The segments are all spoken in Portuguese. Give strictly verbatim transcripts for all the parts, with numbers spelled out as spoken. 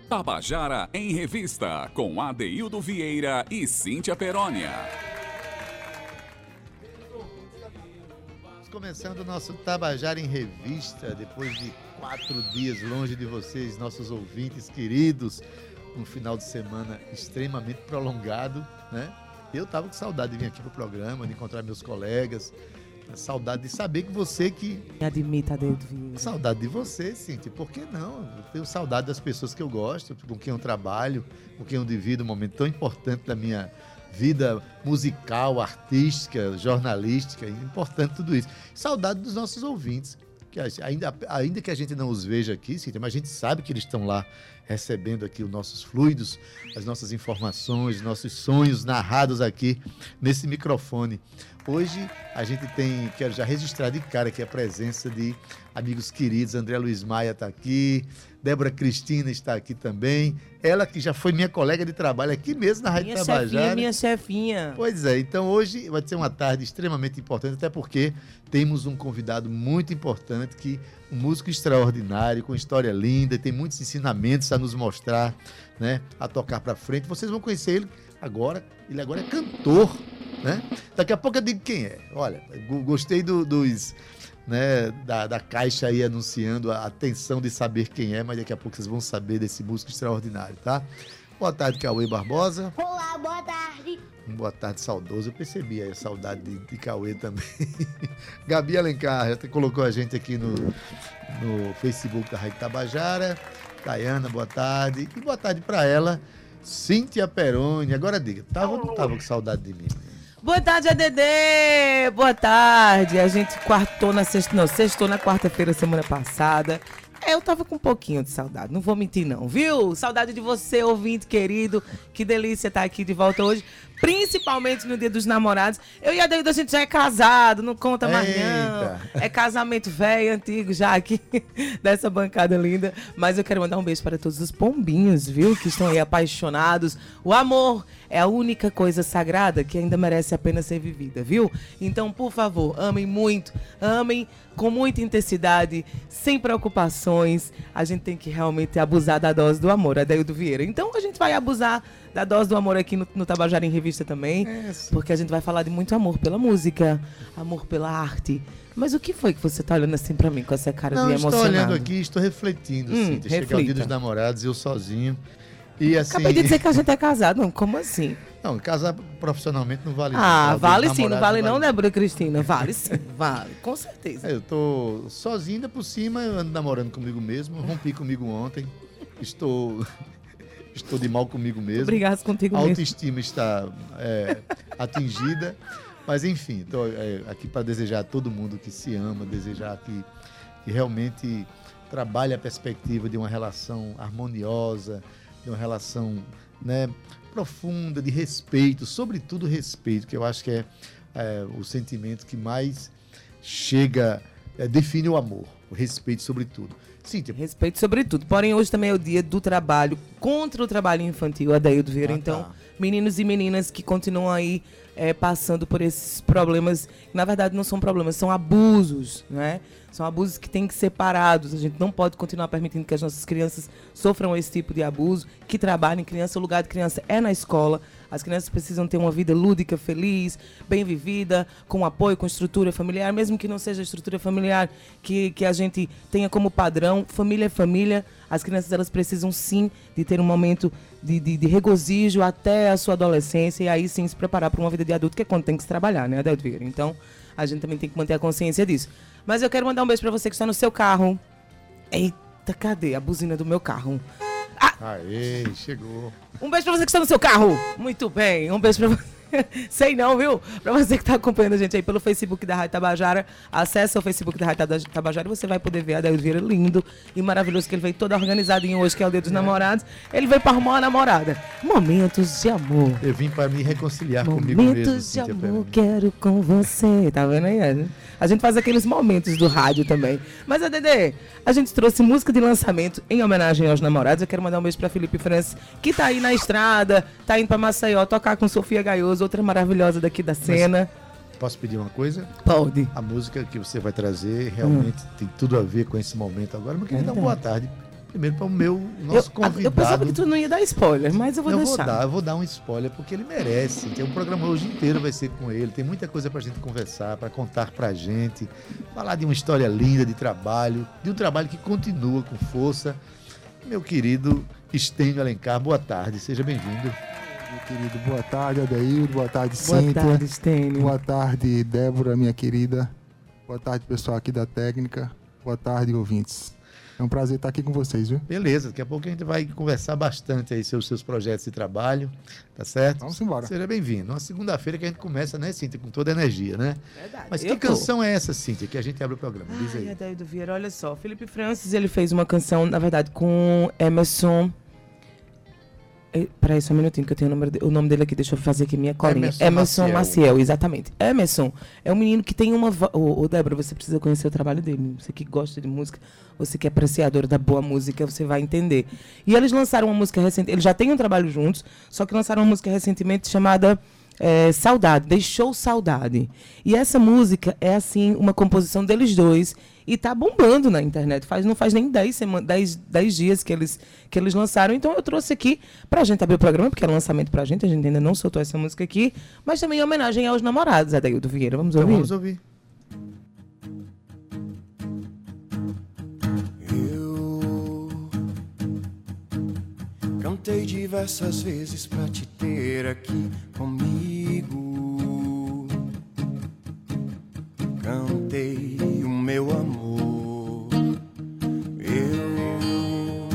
Tabajara em Revista, com Adeildo Vieira e Cíntia Perônia. Começando o nosso Tabajara em Revista, depois de quatro dias longe de vocês, nossos ouvintes queridos, um final de semana extremamente prolongado, né? Eu tava com saudade de vir aqui pro programa, de encontrar meus colegas, saudade de saber que você que... Me admita, Adeildo Vieira. Saudade de você, Cíntia, por que não? Eu tenho saudade das pessoas que eu gosto, com quem eu trabalho, com quem eu divido um momento tão importante da minha vida musical, artística, jornalística, importante tudo isso. Saudade dos nossos ouvintes, que ainda, ainda que a gente não os veja aqui, Cíntia, mas a gente sabe que eles estão lá recebendo aqui os nossos fluidos, as nossas informações, nossos sonhos narrados aqui nesse microfone. Hoje a gente tem, quero já registrar de cara aqui a presença de amigos queridos. André Luiz Maia está aqui, Débora Cristina está aqui também, ela que já foi minha colega de trabalho aqui mesmo na Rádio Minha Tabajara. chefinha, minha chefinha. Pois é, então hoje vai ser uma tarde extremamente importante, até porque temos um convidado muito importante, que um músico extraordinário, com história linda, tem muitos ensinamentos a nos mostrar, né, a tocar para frente. Vocês vão conhecer ele agora, ele agora é cantor, né? Daqui a pouco eu digo quem é. Olha, gostei do, dos, né, da, da caixa aí anunciando a atenção de saber quem é, mas daqui a pouco vocês vão saber desse músico extraordinário, tá? Boa tarde, Cauê Barbosa. Olá, boa tarde. Boa tarde, saudoso. Eu percebi aí a saudade de, de Cauê também. Gabi Alencar já colocou a gente aqui no, no Facebook da Rádio Tabajara. Tayana, boa tarde. E boa tarde para ela, Cíntia Perônia. Agora diga, tava ou não tava com saudade de mim? Boa tarde, A D D! Boa tarde! A gente quartou na sexta, não, sextou na quarta-feira semana passada. É, eu tava com um pouquinho de saudade, não vou mentir não, viu? Saudade de você, ouvinte querido. Que delícia estar aqui de volta hoje, principalmente no Dia dos Namorados. Eu e a Adeildo, a gente já é casado, não conta mais não. É casamento velho, antigo já aqui, dessa bancada linda. Mas eu quero mandar um beijo para todos os pombinhos, viu? Que estão aí apaixonados. O amor é a única coisa sagrada que ainda merece a pena ser vivida, viu? Então, por favor, amem muito, amem com muita intensidade, sem preocupações. A gente tem que realmente abusar da dose do amor, Adeildo Vieira. Então, a gente vai abusar da dose do amor aqui no, no Tabajara em Revista também, é, porque a gente vai falar de muito amor pela música, amor pela arte. Mas o que foi que você tá olhando assim pra mim com essa cara Não, de emocionado? Estou olhando aqui, estou refletindo, hum, assim, chegar o Dia dos Namorados, eu sozinho. E assim... Acabei de dizer que a gente é casado, não, como assim? Não, casar profissionalmente não vale. Ah, não. vale sim, não vale não, vale. Débora Cristina, vale sim, vale, com certeza. É, eu tô sozinho, ainda por cima, eu ando namorando comigo mesmo, rompi comigo ontem, estou... Estou de mal comigo mesmo. Obrigado contigo A mesmo. autoestima está é, atingida. Mas, enfim, estou é, aqui para desejar a todo mundo que se ama, desejar que, que realmente trabalhe a perspectiva de uma relação harmoniosa, de uma relação, né, profunda, de respeito, sobretudo respeito, que eu acho que é, é o sentimento que mais chega, é, define o amor, o respeito sobretudo. Cíntia. Respeito sobretudo. Porém, hoje também é o dia do trabalho contra o trabalho infantil, Adeildo Vieira. Ah, então, tá. Meninos e meninas que continuam aí é, passando por esses problemas, que na verdade não são problemas, são abusos, né? São abusos que têm que ser parados. A gente não pode continuar permitindo que as nossas crianças sofram esse tipo de abuso, que trabalhem criança. O lugar de criança é na escola. As crianças precisam ter uma vida lúdica, feliz, bem vivida, com apoio, com estrutura familiar, mesmo que não seja estrutura familiar que, que a gente tenha como padrão. Família é família. As crianças, elas precisam sim de ter um momento de, de, de regozijo até a sua adolescência e aí sim se preparar para uma vida de adulto, que é quando tem que se trabalhar, né, Adeildo Vieira? Então, a gente também tem que manter a consciência disso. Mas eu quero mandar um beijo para você que está no seu carro. Eita, cadê a buzina do meu carro? Ah! Aê, chegou. Um beijo pra você que está no seu carro. Muito bem, um beijo pra você. Sei não, viu? Pra você que tá acompanhando a gente aí pelo Facebook da Rádio Tabajara, acesse o Facebook da Rádio Tabajara e você vai poder ver a Adeildo Vieira lindo e maravilhoso, que ele veio todo organizadinho hoje, que é o Dia dos é. Namorados. Ele veio pra arrumar uma namorada. Momentos de amor. Eu vim pra me reconciliar momentos comigo mesmo. Momentos de amor, quero com você. Tá vendo aí? A gente faz aqueles momentos do rádio também. Mas, A D D, a gente trouxe música de lançamento em homenagem aos namorados. Eu quero mandar um beijo pra Felipe Francis, que tá aí na estrada, tá indo pra Maceió tocar com Sofia Gaioso, outra maravilhosa daqui da cena. Mas posso pedir uma coisa? Pode. A música que você vai trazer realmente hum. tem tudo a ver com esse momento agora. Mas eu queria é dar uma boa tarde primeiro para o meu nosso eu, convidado. Eu pensava que tu não ia dar spoiler, mas eu vou eu deixar. Vou dar, eu vou dar um spoiler, porque ele merece. Tem um programa hoje inteiro vai ser com ele. Tem muita coisa para a gente conversar, para contar para a gente. Falar de uma história linda de trabalho, de um trabalho que continua com força. Meu querido Estênio Alencar, boa tarde, seja bem-vindo. Meu querido, boa tarde, Adeildo, boa tarde, boa Cíntia. Boa tarde, Estênio. Boa tarde, Débora, minha querida. Boa tarde, pessoal aqui da técnica. Boa tarde, ouvintes. É um prazer estar aqui com vocês, viu? Beleza, daqui a pouco a gente vai conversar bastante aí sobre os seus projetos de trabalho, tá certo? Vamos embora. Seja bem-vindo. Uma segunda-feira que a gente começa, né, Cíntia, com toda a energia, né? Verdade. Mas que Eu canção tô. é essa, Cíntia, que a gente abre o programa? Diz aí. Ai, Adeildo Vieira, olha só. Felipe Francis, ele fez uma canção, na verdade, com Emerson... Peraí, só um minutinho, que eu tenho o nome, o nome dele aqui. Deixa eu fazer aqui minha colinha. Emerson, Emerson Maciel. Maciel, exatamente. Emerson é um menino que tem uma... Ô, ô, Débora, você precisa conhecer o trabalho dele. Você que gosta de música, você que é apreciadora da boa música, você vai entender. E eles lançaram uma música recente. Eles já têm um trabalho juntos, só que lançaram uma música recentemente chamada... É, Saudade, Deixou Saudade. E essa música é, assim, uma composição deles dois e tá bombando na internet. Faz, não faz nem dez dias que eles, que eles lançaram. Então eu trouxe aqui pra gente abrir o programa, porque é lançamento pra gente, a gente ainda não soltou essa música aqui, mas também em homenagem aos namorados, Adeildo Vieira. Vamos ouvir? Então vamos ouvir. Cantei diversas vezes pra te ter aqui comigo. Cantei o meu amor. Eu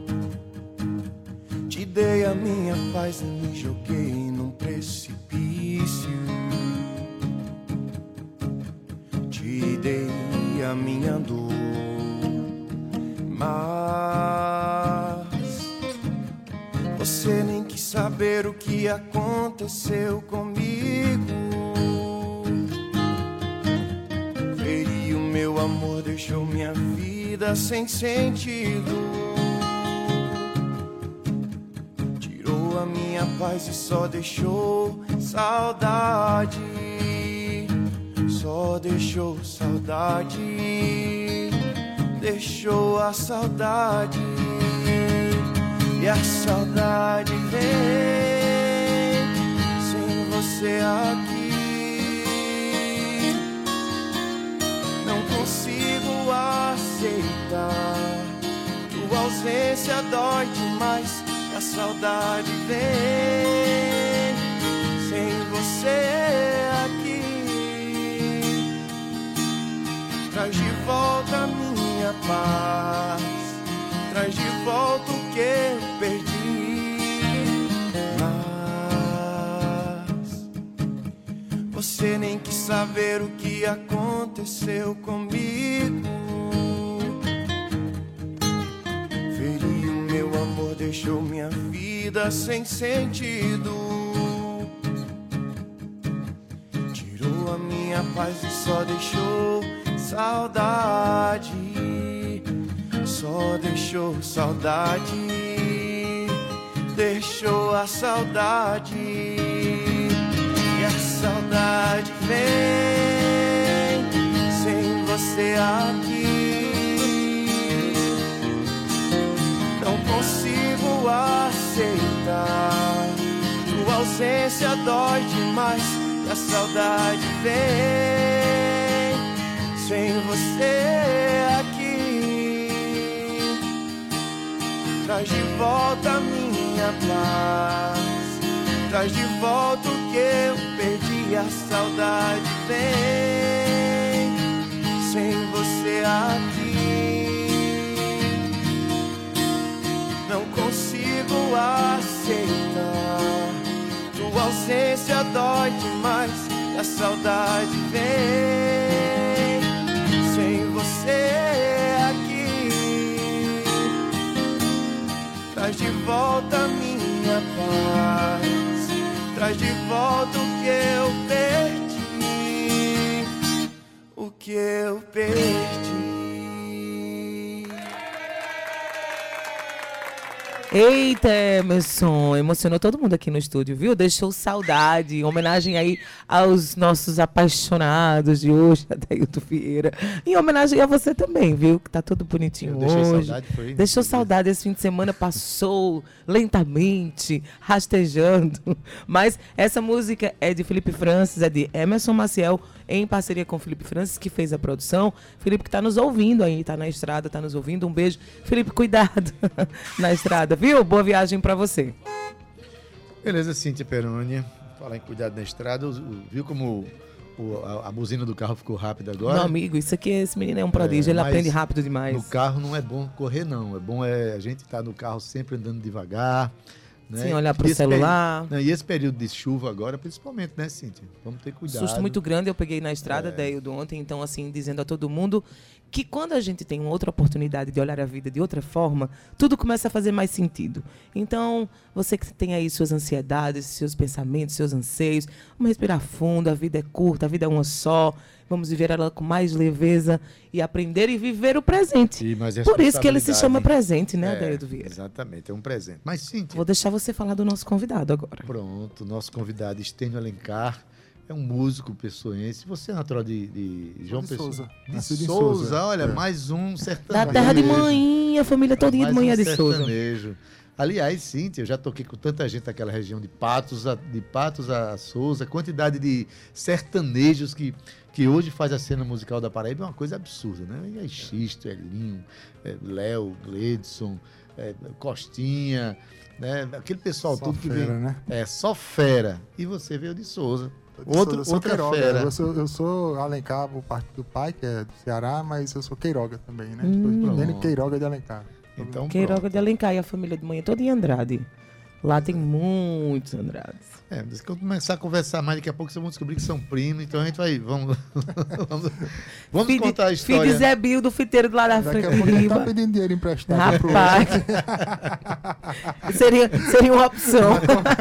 te dei a minha paz e me joguei num precipício. Te dei a minha dor, mas você nem quis saber o que aconteceu comigo. Feriu meu amor, deixou minha vida sem sentido. Tirou a minha paz e só deixou saudade. Só deixou saudade. Deixou a saudade. E a saudade vem sem você aqui. Não consigo aceitar. Tua ausência dói demais. E a saudade vem sem você aqui. Traz de volta a minha paz. Traz de volta o que eu perdi. Mas você nem quis saber o que aconteceu comigo. Feriu meu amor, deixou minha vida sem sentido. Tirou a minha paz e só deixou saudade. Só deixou saudade, deixou a saudade. E a saudade vem sem você aqui. Não consigo aceitar. Tua ausência dói demais. E a saudade vem sem você aqui. Traz de volta a minha paz. Traz de volta o que eu perdi. A saudade vem sem você aqui. Não consigo aceitar. Tua ausência dói demais. E a saudade vem sem você aqui. Traz de volta a minha paz. Traz de volta o que eu perdi. O que eu perdi. Eita, Emerson, emocionou todo mundo aqui no estúdio, viu? Deixou saudade, em homenagem aí aos nossos apaixonados de hoje, Adaildo Vieira. Em homenagem a você também, viu? Que tá tudo bonitinho Eu deixei hoje. saudade, foi? Deixou saudade, esse fim de semana passou lentamente, rastejando. Mas essa música é de Felipe Francis, é de Emerson Maciel, em parceria com Felipe Francis, que fez a produção. Felipe que tá nos ouvindo aí, tá na estrada, tá nos ouvindo. Um beijo. Felipe, cuidado na estrada, viu? Boa viagem pra você. Beleza, Cíntia Perônia. Falar em cuidado na estrada, viu como o, a, a buzina do carro ficou rápida agora? Meu amigo, isso aqui, esse menino é um prodígio, É, ele mas aprende rápido demais. No carro não é bom correr, não. É bom é, a gente estar no carro sempre andando devagar. Né? Sem olhar pro E esse celular. peri- não, e esse período de chuva agora, principalmente, né, Cíntia? Vamos ter cuidado. Susto muito grande eu peguei na estrada, É. Deildo, ontem, então, assim, dizendo a todo mundo que quando a gente tem uma outra oportunidade de olhar a vida de outra forma, tudo começa a fazer mais sentido. Então, você que tem aí suas ansiedades, seus pensamentos, seus anseios, vamos respirar fundo, a vida é curta, a vida é uma só, vamos viver ela com mais leveza e aprender e viver o presente. E mais Por isso que ele se chama responsabilidade. presente, né, É, Adaildo Vieira? Exatamente, é um presente. Mas, Cíntia, Vou deixar você falar do nosso convidado agora. pronto, nosso convidado Estênio Alencar é um músico pessoense. Você é natural de, de João de Pessoa? Souza. De Nascido em Souza, Souza. olha, É. mais um Da sertanejo. terra de manhã, a família todinha de Mais manhã um de Souza. sertanejo. Aliás, Cíntia, eu já toquei com tanta gente naquela região de Patos a, de Patos a Souza, a quantidade de sertanejos que, que hoje faz a cena musical da Paraíba é uma coisa absurda, né? E aí Xisto, Elinho, é, Léo, Gledson, é, Costinha, né? Aquele pessoal Só tudo que fera, vem. né? É, só fera. E você veio de Souza. Eu Outro, sou- eu sou outra Queiroga, fera. Eu sou, eu sou Alencar por parte do pai, que é do Ceará, mas eu sou Queiroga também, né? Hum. Sou Estênio Pronto. Queiroga de Alencar. Então, Queiroga pronto. de Alencar e a família de manhã toda em Andrade. Lá tem muitos Andrades. É, mas quando começar a conversar mais, daqui a pouco vocês vão descobrir que são primos, então a gente vai. Vamos, vamos, vamos Filho de- contar a Filho história. de Zé Bill, do fiteiro do lado da Daqui frente a de pouco ele tá Riba. pedindo dinheiro emprestado. pro Rapaz. seria, seria uma opção.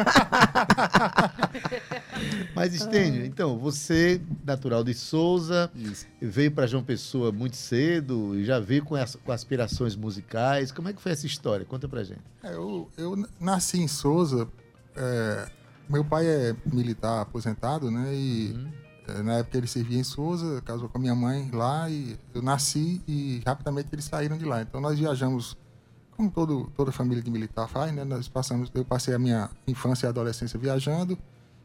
Mas, Estênio, então, você, natural de Souza, Isso. veio para João Pessoa muito cedo e já veio com, as, com aspirações musicais. Como é que foi essa história? Conta pra gente. É, eu, eu nasci em Souza. é, meu pai é militar aposentado, né? E Uhum. é, na época ele servia em Souza, casou com a minha mãe lá e eu nasci e rapidamente eles saíram de lá. Então nós viajamos, como todo, toda família de militar faz, né? Nós passamos, eu passei a minha infância e adolescência viajando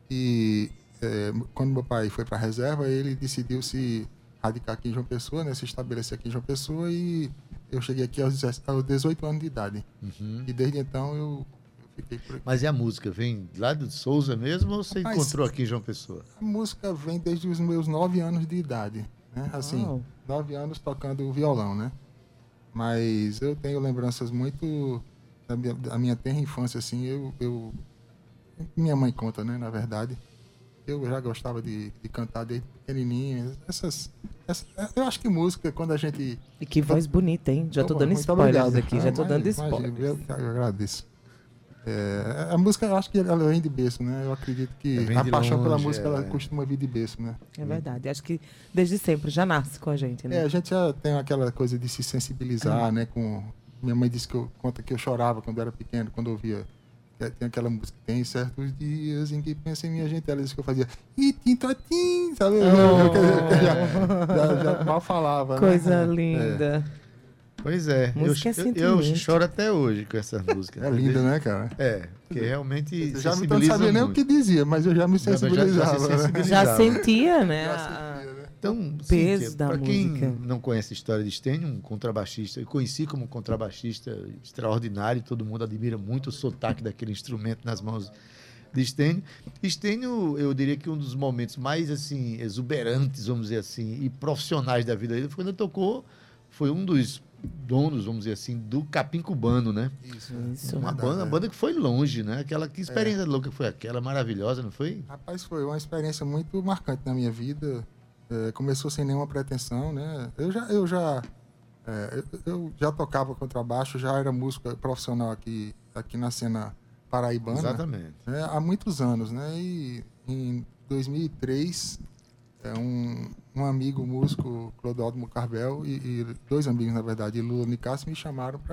e é, quando meu pai foi para a reserva, ele decidiu se radicar aqui em João Pessoa, né? Se estabelecer aqui em João Pessoa e eu cheguei aqui aos dezoito anos de idade. Uhum. E desde então eu fiquei por aqui. Mas e a música? Vem lá de Souza mesmo ou você Rapaz, encontrou aqui em João Pessoa? A música vem desde os meus nove anos de idade, né? Assim, Uau. nove anos tocando violão, né? Mas eu tenho lembranças muito da minha, da minha tenra infância, assim, eu, eu... Minha mãe conta, né, na verdade. Eu já gostava de, de cantar desde pequenininho. Essas, essas... Eu acho que música, quando a gente... E que voz bonita, hein? Já tô Opa, dando muito spoilers obrigado. aqui, já tô Ah, dando imagina, spoilers. imagina, Eu, eu agradeço. É, a música, eu acho que ela vem de berço, né? Eu acredito que Vem a de paixão pela longe, música, é. ela costuma vir de berço, né? É verdade. Acho que desde sempre já nasce com a gente, É, né? a gente já tem aquela coisa de se sensibilizar, né? Com... Minha mãe disse que eu, conta que eu chorava quando era pequeno, quando eu ouvia. Tem aquela música, tem certos dias em que pensa em minha gente. Ela disse que eu fazia itim, totim, sabe? Eu, eu, eu, eu já, já, já mal falava. né? Coisa É. linda. Pois é. Música eu, é eu, eu sentimento. choro até hoje com essas músicas. É linda, né, cara? É, porque realmente Eu já não sensibiliza sabia nem o muito. que dizia, mas eu já me Já- já- já se sensibilizava. né? sensibilizava. Já sentia, né? Já a- sentia, né? Então, peso da para quem música. não conhece a história de Estênio, um contrabaixista, eu conheci como um contrabaixista extraordinário, todo mundo admira muito o sotaque daquele instrumento nas mãos de Estênio. Estênio, eu diria que um dos momentos mais assim exuberantes, vamos dizer assim, e profissionais da vida dele foi quando ele tocou, foi um dos donos, vamos dizer assim, do Capim Cubano, né? Isso. Isso. Uma Verdade, banda, uma é. banda que foi longe, né? Aquela que experiência louca foi aquela, maravilhosa, não foi? Rapaz, foi uma experiência muito marcante na minha vida. É, começou sem nenhuma pretensão, né? Eu já, eu já, é, eu, eu já tocava contrabaixo, já era músico profissional aqui, aqui na cena paraibana. Exatamente. Né? Há muitos anos, né? E em dois mil e três, é, um, um amigo músico, Clodoaldo Mucarbel, e, e dois amigos, na verdade, Lula Nicásio, me chamaram para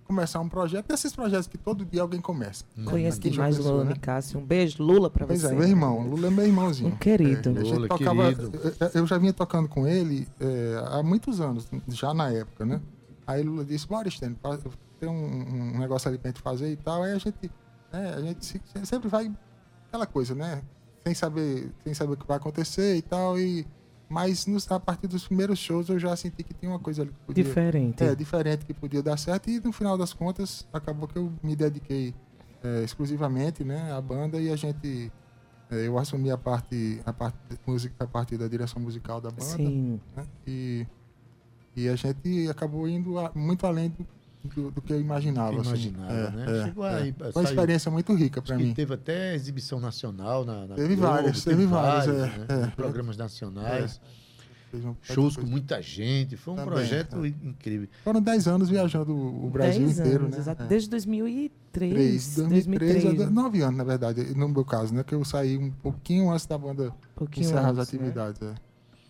começar um projeto, desses projetos que todo dia alguém começa. Né? Conheço Aqui em demais João o Lula Pessoa, né? Nicásio. Um beijo, Lula, pra Pois você. é, meu irmão. Lula é meu irmãozinho. Um querido. É, a gente Lula, tocava, querido. eu- eu já vinha tocando com ele é, há muitos anos, já na época, né? Aí Lula disse, bora, Stênio, fa- tem um, um negócio ali pra gente fazer e tal. Aí a gente, né, a gente se- sempre vai aquela coisa, né? Sem saber, sem saber o que vai acontecer e tal. E, mas nos- a partir dos primeiros shows eu já senti que tinha uma coisa ali que podia... Diferente. É, diferente que podia dar certo. E no final das contas, acabou que eu me dediquei é, exclusivamente, né, à banda e a gente... é, eu assumi a parte, a parte, de música, a parte da direção musical da banda. Sim. Né, e, e a gente acabou indo a- muito além do, do, do que eu imaginava. assim. Imaginava, É, né? é, Chegou é. aí, Foi uma saiu- experiência muito rica Acho para que mim. teve até exibição nacional na, na Teve Globo, várias, teve várias, é, né? é. Programas nacionais, Fez um- shows com muita gente. Foi um Também, projeto é. incrível. Foram dez anos viajando o o Brasil Dez inteiro, anos, né? exato. É. Desde dois mil e três. Três, dois mil e três, dois mil e três, né? nove anos, na verdade, no meu caso, né? Que eu saí um pouquinho antes da banda Um pouquinho encerrar as antes, né? atividades. é.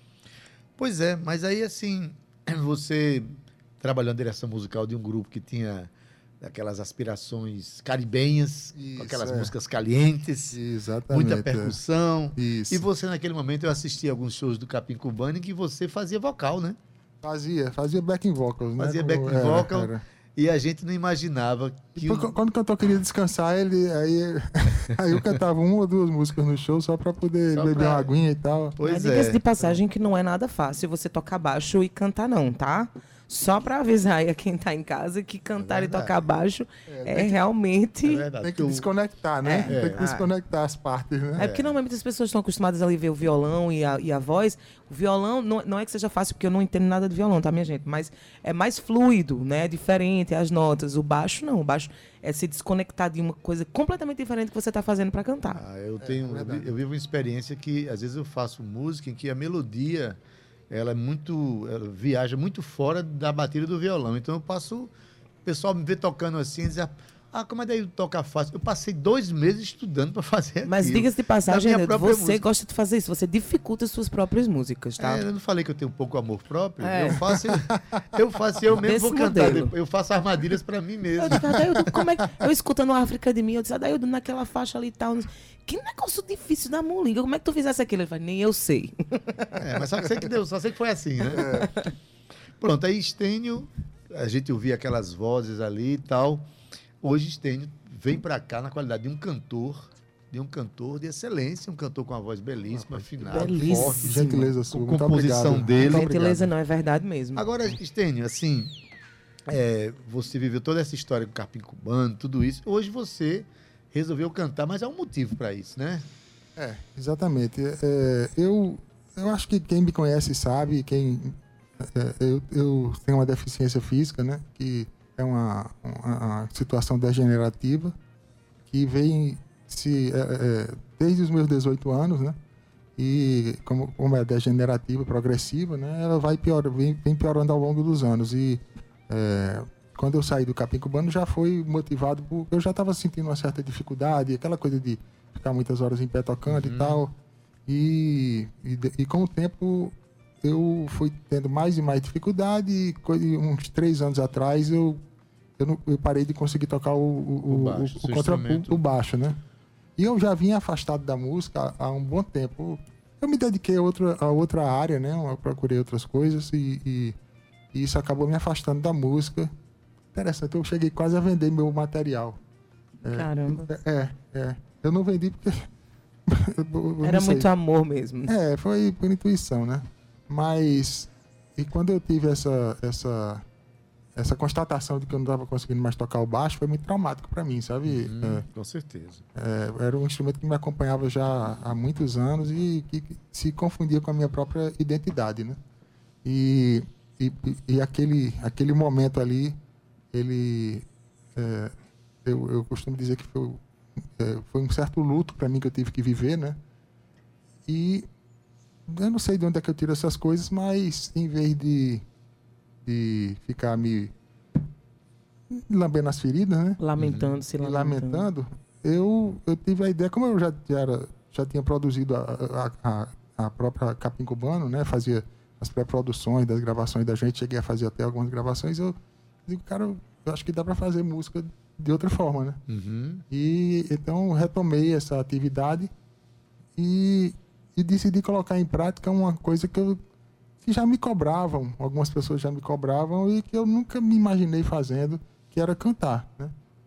Pois é, mas aí assim, você trabalhando na direção musical de um grupo que tinha aquelas aspirações caribenhas, Isso, com aquelas é. músicas calientes, Exatamente. muita é. percussão. Isso. E você, naquele momento, eu assisti alguns shows do Capim Cubano em que você fazia vocal, né? Fazia, fazia backing vocals, né? Fazia Como- backing era, vocal. era. E a gente não imaginava E que. por- o- Quando o cantor queria descansar, ele, aí, aí eu cantava uma ou duas músicas no show só pra poder Só beber pra- uma aguinha e tal. Pois Mas diga-se é. de passagem que não é nada fácil você tocar baixo e cantar, não, tá? Só pra avisar aí a quem tá em casa que cantar e verdade. tocar baixo é, realmente. É verdade. Tem que Tu- desconectar, né? É. Tem que É. desconectar as partes, né? É porque normalmente as pessoas estão acostumadas a ver o violão e a, e a voz. O violão não, não é que seja fácil, porque eu não entendo nada de violão, tá, minha gente? Mas é mais fluido, né? É diferente, as notas. O baixo não. O baixo é se desconectar de uma coisa completamente diferente que você está fazendo para cantar. Ah, eu tenho, eu, verdade. vi- eu vivo uma experiência que às vezes eu faço música em que a melodia ela é muito, ela viaja muito fora da batida do violão. Então eu passo, o pessoal me vê tocando assim e diz, ah, como é daí toca fácil? Eu passei dois meses estudando para fazer Mas aquilo. diga-se de passagem, Da minha Neto, própria você música. gosta de fazer isso. Você dificulta as suas próprias músicas, tá? É, eu não falei que eu tenho um pouco amor próprio. É. Eu faço, eu faço, eu mesmo Desse vou cantar. modelo. depois. Eu faço armadilhas para mim mesmo. Eu digo, Adaildo, como é que... Eu escutando África de mim, eu disse, Adaildo, naquela faixa ali e tal. Que negócio difícil da mulinga. Como é que tu fizesse aquilo? Ele falou, nem eu sei. É, mas só que sei que deu, só sei que foi assim, né? Pronto, aí Stênio, a gente ouvia aquelas vozes ali e tal. Hoje Stênio vem pra cá na qualidade de um cantor, de um cantor de excelência, um cantor com uma voz belíssima, afinada, Belíssima. forte, Gentileza sua. com Muito composição obrigado. dele. Muito Gentileza obrigado. não, é verdade mesmo. Agora, Stênio, assim, é, você viveu toda essa história com o Capim Cubano, tudo isso. Hoje você resolveu cantar, mas há um motivo para isso, né? É, exatamente. É, eu, eu acho que quem me conhece sabe, quem é, eu, eu tenho uma deficiência física, né? Que é uma, uma, uma situação degenerativa que vem se, é, é, desde os meus dezoito anos, né? E como, como é degenerativa, progressiva, né? Ela vai pior, vem, vem piorando ao longo dos anos. E é, quando eu saí do Capim Cubano já foi motivado por... Eu já estava sentindo uma certa dificuldade, aquela coisa de ficar muitas horas em pé tocando Uhum. e tal. E, e, de- e com o tempo eu fui tendo mais e mais dificuldade e co- e uns três anos atrás eu, eu, não- eu parei de conseguir tocar o, o, O baixo, o, seu o, contra, instrumento. o, o baixo, né? E eu já vinha afastado da música há, há um bom tempo. Eu me dediquei a outra, a outra área, né? Eu procurei outras coisas e, e, e isso acabou me afastando da música. Interessante, eu cheguei quase a vender meu material. Caramba. É, é. Eu não vendi porque... eu não Era sei. muito amor mesmo. É, foi por intuição, né? Mas... E quando eu tive essa, essa, essa constatação de que eu não estava conseguindo mais tocar o baixo, foi muito traumático para mim, sabe? Hum, com certeza. É, é, era um instrumento que me acompanhava já há muitos anos e que se confundia com a minha própria identidade, né? E, e, e aquele, aquele momento ali, ele... é, eu, eu costumo dizer que foi, é, foi um certo luto para mim que eu tive que viver, né? E eu não sei de onde é que eu tiro essas coisas, mas em vez de, de ficar me lambendo as feridas, né? Lamentando, se Me lamentando. lamentando, eu, eu tive a ideia, como eu já, já, era, já tinha produzido a, a, a, a própria Capim Cubano, né? Fazia as pré-produções das gravações da gente, cheguei a fazer até algumas gravações, eu digo, cara, eu eu acho que dá para fazer música de outra forma, né? Uhum. E então eu retomei essa atividade e, e decidi colocar em prática uma coisa que, eu, que já me cobravam, algumas pessoas já me cobravam e que eu nunca me imaginei fazendo, que era cantar, né?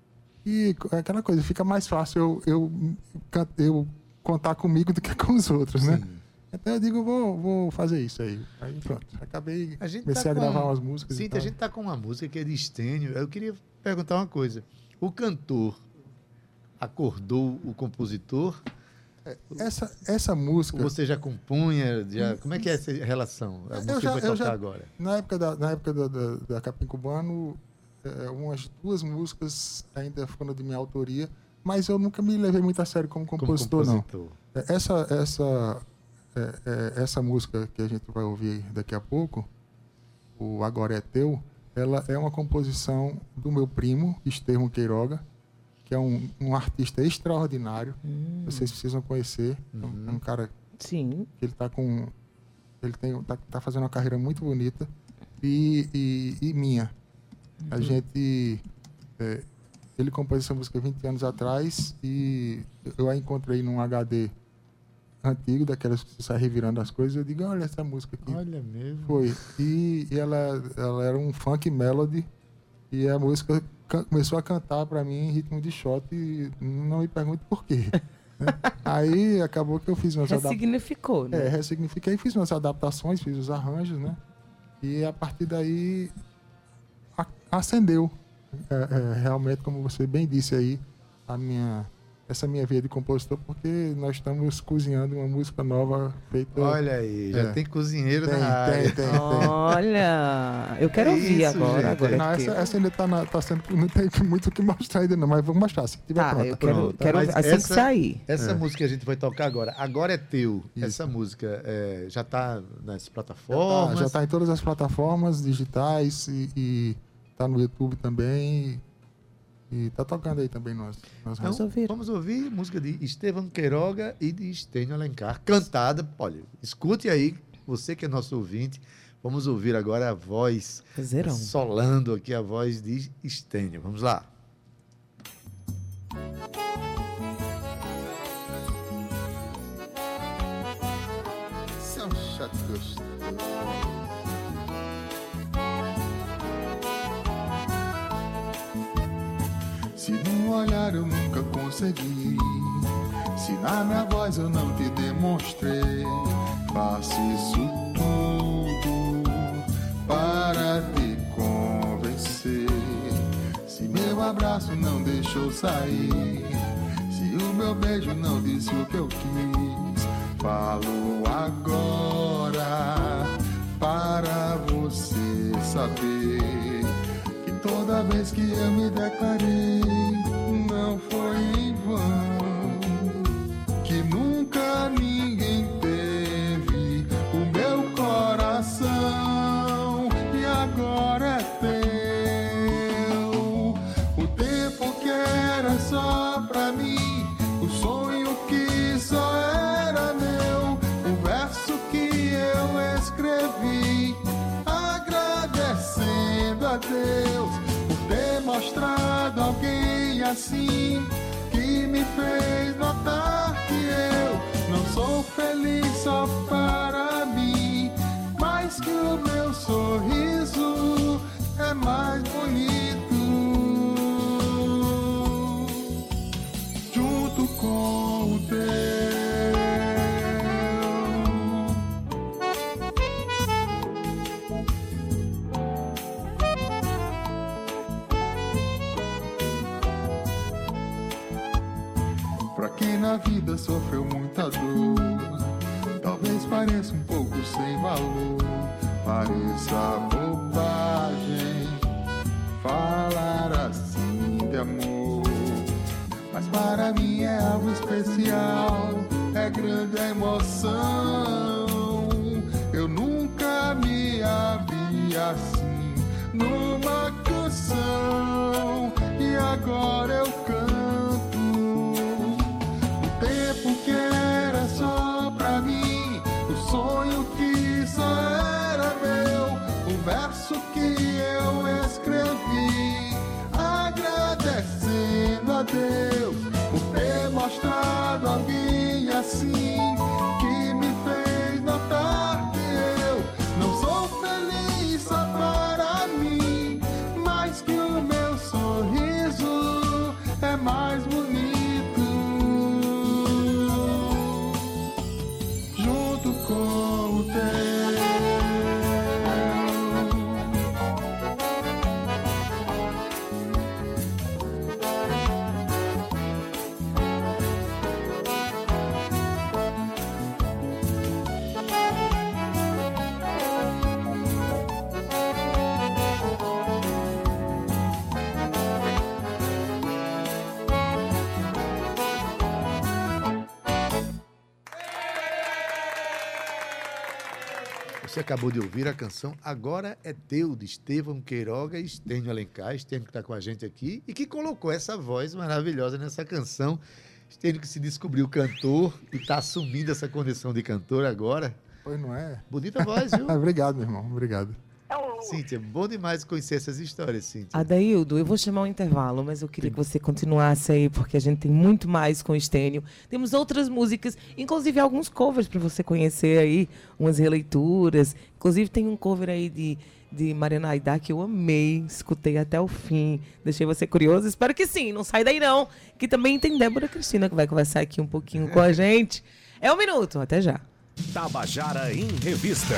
E aquela coisa, fica mais fácil eu, eu, eu contar comigo do que com os outros, né? Sim. Então eu digo, vou, vou fazer isso aí. Aí pronto, acabei, A gente comecei tá a gravar com- umas músicas. e Sim, tal. a gente tá com uma música que é de Estênio. Eu queria perguntar uma coisa. O cantor acordou o compositor? Essa, essa música, Ou você já compunha? Já... Como é que é essa relação? A Eu música já- vai eu tocar já- agora. na época da, na época da, da, da Capim Cubano, é, umas duas músicas ainda foram de minha autoria, mas eu nunca me levei muito a sério como Como compositor, não. compositor. É, Essa, essa, é, é, essa música que a gente vai ouvir daqui a pouco, o Agora é Teu, ela é uma composição do meu primo, Estevão Queiroga, que é um, um artista extraordinário. Vocês precisam conhecer. É um- É um cara Sim. que ele está com, ele tem, tá, tá fazendo uma carreira muito bonita e, e, e minha. A gente, é, ele compôs essa música vinte anos atrás e eu a encontrei num H D antigo, daquelas que você sai revirando as coisas. Eu digo, olha essa música aqui. Olha mesmo. Foi. E, e ela, ela era um funk melody e a música can- começou a cantar para mim em ritmo de shot e não me pergunte por quê. né? Aí acabou que eu fiz umas adaptações. Ressignificou, né? É, ressignifiquei, fiz umas adaptações, fiz os arranjos, né? E a partir daí a- acendeu, é, é, realmente, como você bem disse aí, a minha, essa minha veia de compositor, porque nós estamos cozinhando uma música nova feita... Olha aí, já É. tem cozinheiro tem, na área. tem, tem, tem. Olha, eu quero É ouvir isso, agora. gente. agora Não, porque- essa, essa ainda tá, na, tá sendo. Não tem muito o que mostrar ainda, não, mas vou mostrar. Se tiver Tá, pronta. eu quero, Pronto, quero mas assim essa- que sair. Essa É. música que a gente vai tocar agora, Agora é Teu. Isso. Essa música é, já está nas Já tá, plataformas? já tá em todas as plataformas digitais e, e tá no YouTube também. E, e tá tocando aí também nós. nós Então, Vamos ouvir. vamos ouvir música de Estevão Queiroga e de Estênio Alencar, cantada. Olha, escute aí, você que é nosso ouvinte. Vamos ouvir agora a voz, Zerão. solando aqui a voz de Estênio. Vamos lá. Isso é um chato gostoso. Se no olhar eu nunca consegui, se na minha voz eu não te demonstrei, faço isso tudo para te convencer. Se meu abraço não deixou sair, se o meu beijo não disse o que eu quis, falo agora para você saber que toda vez que eu me declarei não foi em vão, que nunca ninguém teve o meu coração e agora é teu. O tempo que era só pra mim, o sonho que só era meu, o verso que eu escrevi, agradecendo a Deus por ter mostrado alguém assim, que me fez notar que eu não sou feliz só para mim, mas que o meu sorriso é mais bonito junto com o teu. Pra quem na vida sofreu muita dor, talvez pareça um pouco sem valor, pareça bobagem falar assim de amor, mas para mim é algo especial, é grande a emoção. Eu nunca me abri assim numa canção e agora eu canto. O tempo que era só pra mim, o sonho que só era meu, o verso que eu escrevi, o meu sorriso é mais bonito junto com o teu. Você acabou de ouvir a canção Agora é Teu, de Estevão Queiroga e Estênio Alencar. Estênio que está com a gente aqui e que colocou essa voz maravilhosa nessa canção. Estênio que se descobriu cantor e está assumindo essa condição de cantor agora. Pois não é? Bonita voz, viu? Obrigado, meu irmão. Obrigado. Cíntia, bom demais conhecer essas histórias, Cíntia. Adaildo, eu vou chamar um intervalo, mas eu queria que você continuasse aí, porque a gente tem muito mais com o Estênio. Temos outras músicas, inclusive alguns covers para você conhecer aí, umas releituras. Inclusive tem um cover aí de, de Mariana Aidar que eu amei, escutei até o fim. Deixei você curioso? Espero que sim, não sai daí não. Que também tem Débora Cristina que vai conversar aqui um pouquinho com a gente. É um minuto, até já. Tabajara em Revista.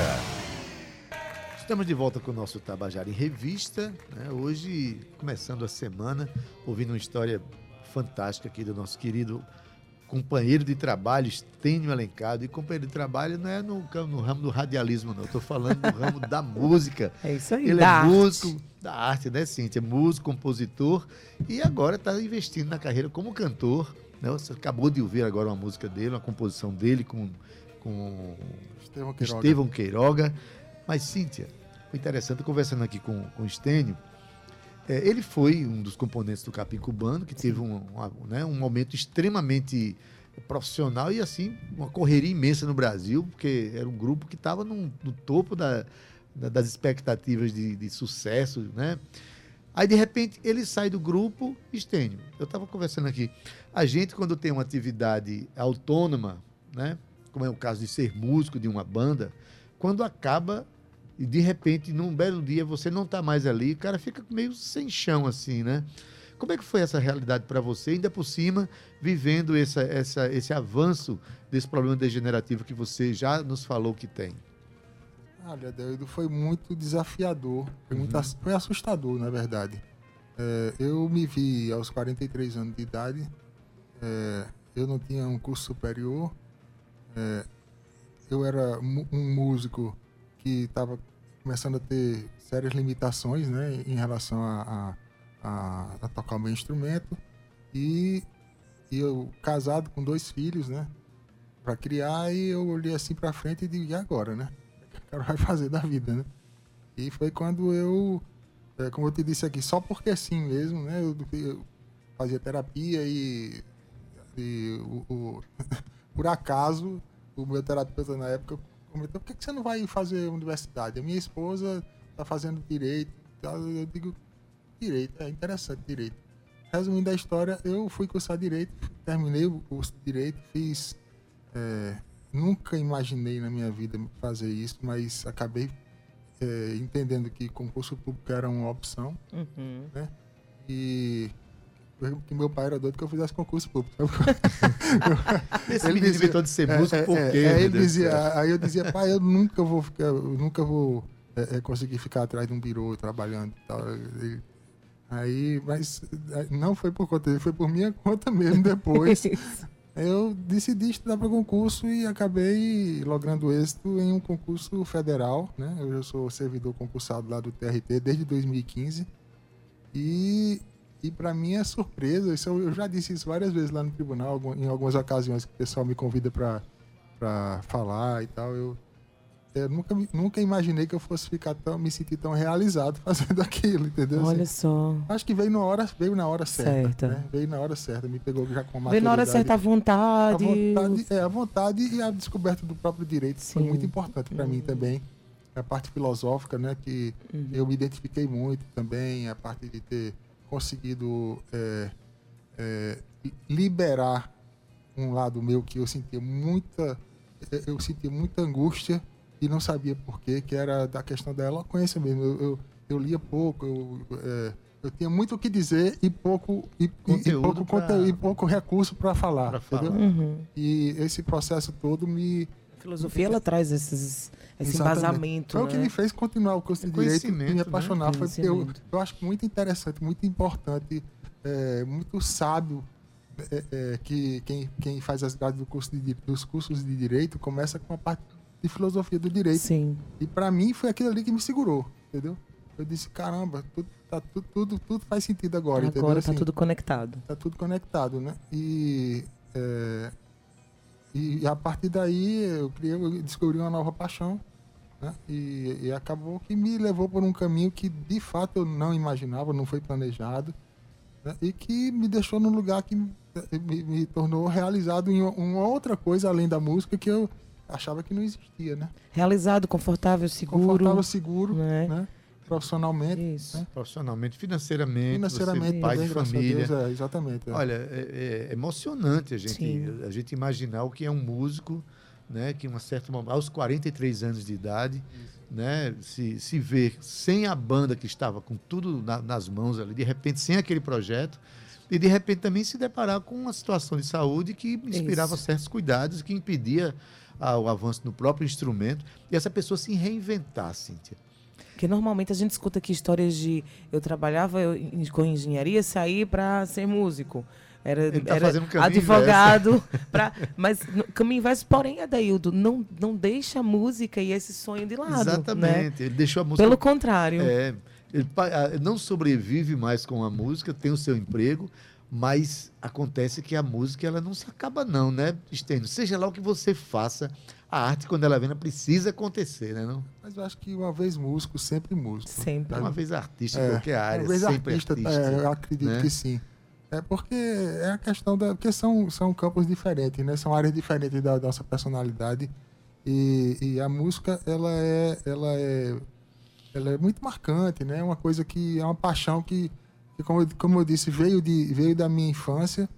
Estamos de volta com o nosso Tabajara em Revista, né? Hoje, começando a semana, ouvindo uma história fantástica aqui do nosso querido companheiro de trabalho, Estênio Alencar. E companheiro de trabalho não é no, no ramo do radialismo, não. Estou falando do ramo da música. É isso aí, Ele da é arte. músico, da arte, né, Cíntia? Músico, compositor e agora está investindo na carreira como cantor, né? Você acabou de ouvir agora uma música dele, uma composição dele com, com Estevão Queiroga. Estevão Queiroga. Mas, Cíntia, foi interessante, conversando aqui com, com o Estênio, é, ele foi um dos componentes do Capim Cubano, que teve um, uma, né, um momento extremamente profissional e, assim, uma correria imensa no Brasil, porque era um grupo que estava no, no topo da, da, das expectativas de, de sucesso, né? Aí, de repente, ele sai do grupo. Estênio, eu estava conversando aqui, a gente, quando tem uma atividade autônoma, né, como é o caso de ser músico de uma banda, quando acaba e de repente, num belo dia, você não está mais ali, o cara fica meio sem chão, assim, né? Como é que foi essa realidade para você, ainda por cima, vivendo essa, essa, esse avanço desse problema degenerativo que você já nos falou que tem? Olha, Adeildo, foi muito desafiador, foi, muito, Uhum. ass- foi assustador, na verdade. É, eu me vi aos quarenta e três anos de idade, é, eu não tinha um curso superior, é, eu era mu- um músico que estava começando a ter sérias limitações, né, em relação a, a, a, a tocar o meu instrumento, e, e eu casado com dois filhos, né, para criar, e eu olhei assim para frente e digo, e agora, né? O que o cara vai fazer da vida, né? E foi quando eu, é, como eu te disse aqui, só porque sim mesmo, né, eu, eu fazia terapia e, e o, o, por acaso o meu terapeuta na época comentou, por que que você não vai fazer universidade? A minha esposa está fazendo direito. Eu digo, direito, é interessante, direito. Resumindo a história, eu fui cursar direito, terminei o curso de direito, fiz... É, nunca imaginei na minha vida fazer isso, mas acabei é, entendendo que concurso público era uma opção, Uhum. né? E... que meu pai era doido que eu fizesse concurso público. Esse Ele menino dizia- inventou de ser É, músico, é, por é, quê? é, meu ele Deus do dizia, céu? aí eu dizia, pai, eu nunca vou ficar, eu nunca vou é, é, conseguir ficar atrás de um birô trabalhando e tal. E- aí, mas é, não foi por conta dele, foi por minha conta mesmo depois. Eu decidi estudar para concurso e acabei logrando êxito em um concurso federal, né? Eu já sou servidor concursado lá do T R T desde dois mil e quinze. E, e para minha surpresa, isso eu, eu já disse isso várias vezes lá no tribunal, algum- em algumas ocasiões que o pessoal me convida para falar e tal. Eu, eu nunca, me- nunca imaginei que eu fosse ficar tão, me sentir tão realizado fazendo aquilo, entendeu? Olha Assim, só. acho que veio na hora, veio na hora certa. Certa. Né? Veio na hora certa, me pegou já com uma Vê na hora certa a a vontade. vontade, é, a vontade e a descoberta do próprio direito foi Sim. muito importante para mim também. A parte filosófica, né, que Uhum. eu me identifiquei muito também, a parte de ter conseguido é, é, liberar um lado meu que eu sentia muita, eu sentia muita angústia e não sabia por quê, que era da questão da eloquência mesmo. Eu, eu, eu lia pouco, eu, é, eu tinha muito o que dizer e pouco, e, Conteúdo e pouco, pra- conteúdo, e pouco recurso para falar, Pra falar. entendeu? Uhum. E esse processo todo me... A filosofia, ela traz esses, esse Exatamente. embasamento, Foi né? o que me fez continuar o curso É de Direito e conhecimento, me né? apaixonar. Foi porque eu, Conhecimento. eu acho muito interessante, muito importante, é, muito sábio é, é, que quem, quem faz as grades do curso de, dos cursos de Direito começa com a parte de filosofia do direito. Sim. E para mim foi aquilo ali que me segurou, entendeu? Eu disse, caramba, tudo, tá, tudo, tudo, tudo faz sentido agora, entendeu? Agora tá Assim, tudo conectado. tá tudo conectado, né? E, é, e a partir daí eu, criei, eu descobri uma nova paixão, né? E, e acabou que me levou por um caminho que de fato eu não imaginava, não foi planejado, né? E que me deixou num lugar que me, me tornou realizado em uma outra coisa além da música que eu achava que não existia, né? Realizado, confortável, seguro. Confortável, seguro, né? né? Profissionalmente, Isso. né? Profissionalmente, financeiramente, Financeiramente você, pai também, de graças a família. Deus, é, exatamente. é. Olha, é, é emocionante a gente, Sim. a gente imaginar o que é um músico, né, que em um certo momento, aos quarenta e três anos de idade, né, se, se ver sem a banda que estava com tudo na- nas mãos ali, de repente sem aquele projeto, e de repente também se deparar com uma situação de saúde que inspirava Isso. certos cuidados, que impedia ah, o avanço no próprio instrumento, e essa pessoa se reinventar, Cíntia. Porque normalmente a gente escuta aqui histórias de eu trabalhava eu, em- com engenharia, saí para ser músico. Era, Ele tá era fazendo o caminho advogado, pra, mas no caminho inverso, porém, Adaildo, não, não deixa a música e esse sonho de lado. Né? Exatamente, ele deixou a música... Pelo contrário. É, ele pa- ah, não sobrevive mais com a música, tem o seu emprego, mas acontece que a música ela não se acaba não, né, Estênio? Seja lá o que você faça, a arte, quando ela vem, ela precisa acontecer, né? Não? Mas eu acho que uma vez músico, sempre músico. Sempre. Uma vez artista em É, qualquer área, uma vez sempre artista, artista. é, eu acredito né? que sim. É porque é a questão da... Porque são, são campos diferentes, né? São áreas diferentes da nossa personalidade. E, e a música, ela é, ela é... Ela é muito marcante, né? É uma coisa que... É uma paixão que, que como, eu, como eu disse, veio, de, veio da minha infância.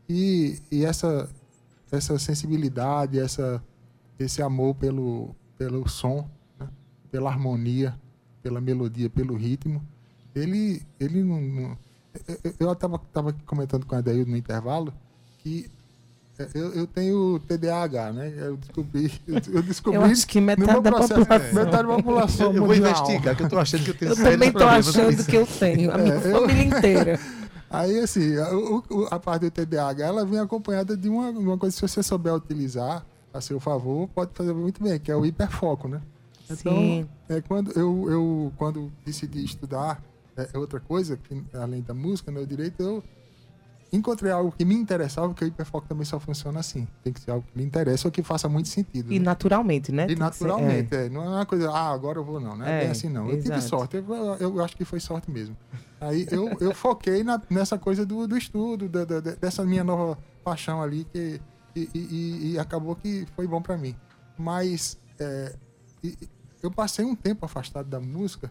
E, e essa, essa sensibilidade, essa, esse amor pelo, pelo som, né? Pela harmonia, pela melodia, pelo ritmo, ele, ele não... não eu estava tava comentando com a Adaildo no intervalo que eu, eu tenho T D A H, né? Eu descobri... Eu descobri Eu acho que no metade meu da processo- população. Metade da população Eu vou mundial. investigar, que eu estou achando que eu tenho Eu sérios também estou problemas com achando isso. que eu tenho. A minha É, eu- família inteira. Aí, assim, a, o- o- a parte do T D A H, ela vem acompanhada de uma, uma coisa que se você souber utilizar a seu favor, pode fazer muito bem, que é o hiperfoco, né? Então, Sim. é, quando eu, eu quando decidi estudar é, é outra coisa, que, além da música, no direito, eu encontrei algo que me interessava, porque o hiperfoco também só funciona assim. Tem que ser algo que me interessa ou que faça muito sentido. E né? naturalmente, né? E Tem que ser- naturalmente, é. Não é uma coisa, ah, agora eu vou, não. Não é, É, bem assim, não. Eu tive exato. sorte, eu, eu acho que foi sorte mesmo. Aí eu, eu foquei na, nessa coisa do, do estudo, da, da- dessa minha nova paixão ali, que, e, e- e- e acabou que foi bom para mim. Mas é, e- e eu passei um tempo afastado da música,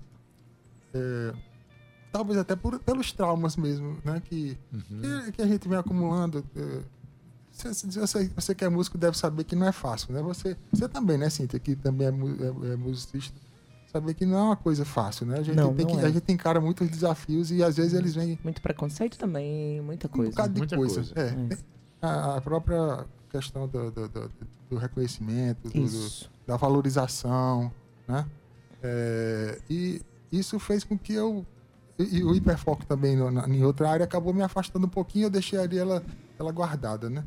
é, talvez até por, pelos traumas mesmo, né? Que, que, que a gente vem acumulando. é, Você, você, você que é músico deve saber que não é fácil, né? Você, você também, né, Cíntia, que também é, mu- é, é musicista, saber que não é uma coisa fácil, né? A gente, Não, tem não que, é. a gente encara muitos desafios e às vezes eles vêm Muito preconceito também, muita um coisa. bocado de muita coisa. coisa. É. É. A, a própria questão do, do, do- do reconhecimento, do- do- Isso. da valorização, né? É, e isso fez com que eu... E, e o hiperfoco também no- na, em outra área acabou me afastando um pouquinho, eu deixei ali ela, ela guardada, né?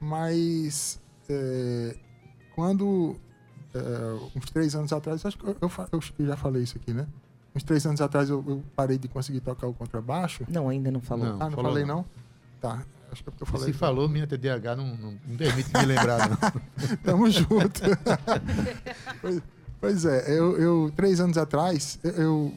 Mas é, quando é, uns três anos atrás, acho que eu, eu, fa- eu já falei isso aqui, né? Uns três anos atrás eu, eu parei de conseguir tocar o contrabaixo. Não, ainda não falou. Não. ah, não falou falei não. não? Tá, acho que é porque eu E falei. se falou, minha T D A H não, não, não permite me lembrar, não. Tamo junto. pois, pois é, eu, eu três anos atrás, eu,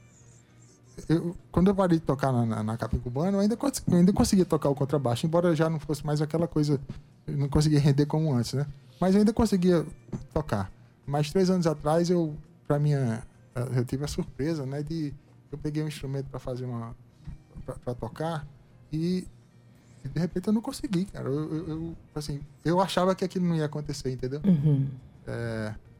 eu quando eu parei de tocar na, na, na Capim Cubana, eu ainda, cons- eu ainda conseguia tocar o contrabaixo, embora já não fosse mais aquela coisa, eu não conseguia render como antes, né? Mas eu ainda conseguia tocar. Mas três anos atrás, eu, pra minha, eu tive a surpresa, né, de eu peguei um instrumento para fazer uma, para tocar e e, de repente eu não consegui, cara. Eu, eu, eu, assim, eu achava que aquilo não ia acontecer, entendeu? Uhum. É,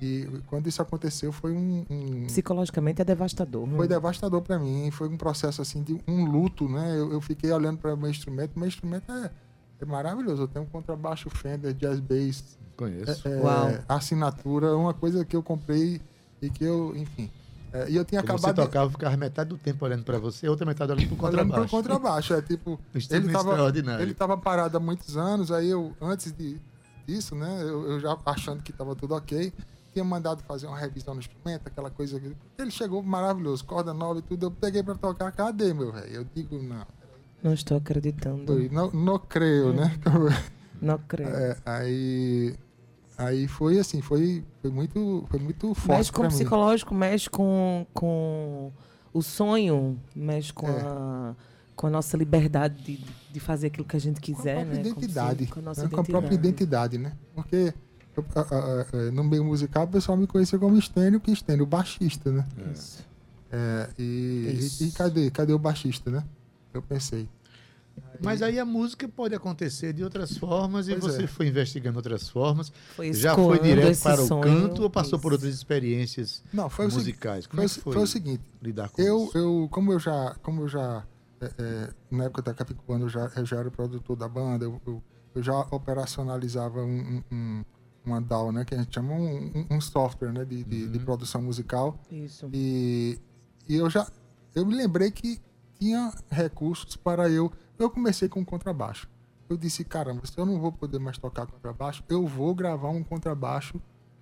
E quando isso aconteceu, foi um... um Psicologicamente é devastador. foi né? devastador para mim. Foi um processo, assim, de um luto, né? Eu, eu fiquei olhando para o meu instrumento. Meu instrumento é, é maravilhoso. Eu tenho um contrabaixo Fender, Jazz Bass. Conheço. É, Uau. assinatura, uma coisa que eu comprei e que eu, enfim... É, e eu tinha Quando acabado... você tocava, ficava metade do tempo olhando para você, outra metade olhando para o Olhando contrabaixo. pro contrabaixo, é tipo... Um instrumento ele tava, extraordinário. ele tava parado há muitos anos, aí eu, antes de, disso, né, eu, eu já achando que tava tudo ok, tinha mandado fazer uma revisão no instrumento, aquela coisa... Ele chegou maravilhoso, corda nova e tudo, eu peguei para tocar, cadê, meu velho? Eu digo, não... Não estou acreditando. Não, não creio, né? Não creio. É, aí... Aí foi assim, foi, foi, muito, foi muito forte Mexe com pra o mim. psicológico, mexe com, com o sonho, mexe com, É. a, com a nossa liberdade de, de fazer aquilo que a gente Com a quiser, própria né? identidade, Com, a nossa né? Com a própria identidade, né? Porque eu, a, a, a, no meio musical o pessoal me conhecia como Stênio, que Stênio, o baixista, né? Isso. É, e, Isso. e, e cadê? Cadê o baixista, né? Eu pensei. Mas aí a música pode acontecer de outras formas e Pois você é. foi investigando outras formas. Foi Já foi escoando direto esse para o sonho, canto ou passou por isso. outras experiências Não, foi o, segui- musicais? Como foi, é o que se- foi, foi o seguinte. lidar com Eu, isso? eu, como eu já, como eu já é, é, na época da Capicuano, eu já, eu já era o produtor da banda, eu, eu, eu já operacionalizava um, um, um, uma D A W, né, que a gente chama um, um, um software, né, de, de, de produção musical. Isso. E, e eu já, eu me lembrei que tinha recursos para eu, eu comecei com contrabaixo. Eu disse, caramba, se eu não vou poder mais tocar contrabaixo, eu vou gravar um contrabaixo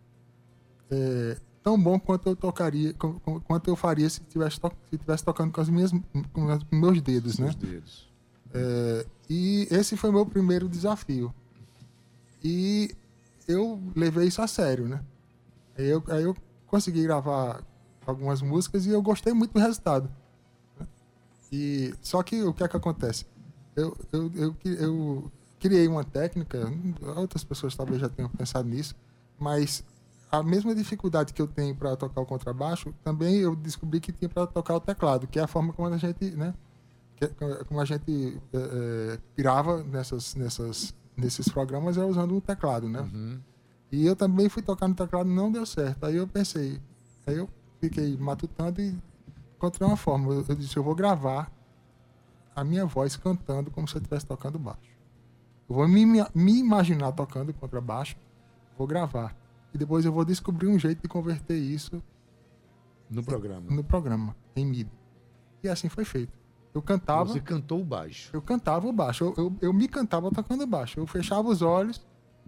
é, tão bom quanto eu tocaria, com- com- quanto eu faria se tivesse, to se tivesse tocando com as minhas, com os meus dedos, né? Os dedos. É, e esse foi o meu primeiro desafio. E eu levei isso a sério, né? Aí eu, aí eu consegui gravar algumas músicas e eu gostei muito do resultado. né? E, só que o que é que acontece? Eu, eu, eu, eu criei uma técnica, outras pessoas talvez já tenham pensado nisso, mas a mesma dificuldade que eu tenho para tocar o contrabaixo, também eu descobri que tinha para tocar o teclado, que é a forma como a gente, né? que- como a gente é, é, pirava nessas, nessas, nesses programas é usando o teclado, né? Uhum. E eu também fui tocar no teclado, não deu certo. Aí eu pensei, aí eu fiquei matutando e encontrei uma forma. Eu, eu disse, eu vou gravar a minha voz cantando como se eu estivesse tocando baixo. Eu vou me, me imaginar tocando contrabaixo, vou gravar. E depois eu vou descobrir um jeito de converter isso No programa. no programa, em M I D I. E assim foi feito. Eu cantava, Você cantou o baixo. eu cantava o baixo. Eu, eu, eu me cantava tocando baixo. Eu fechava os olhos,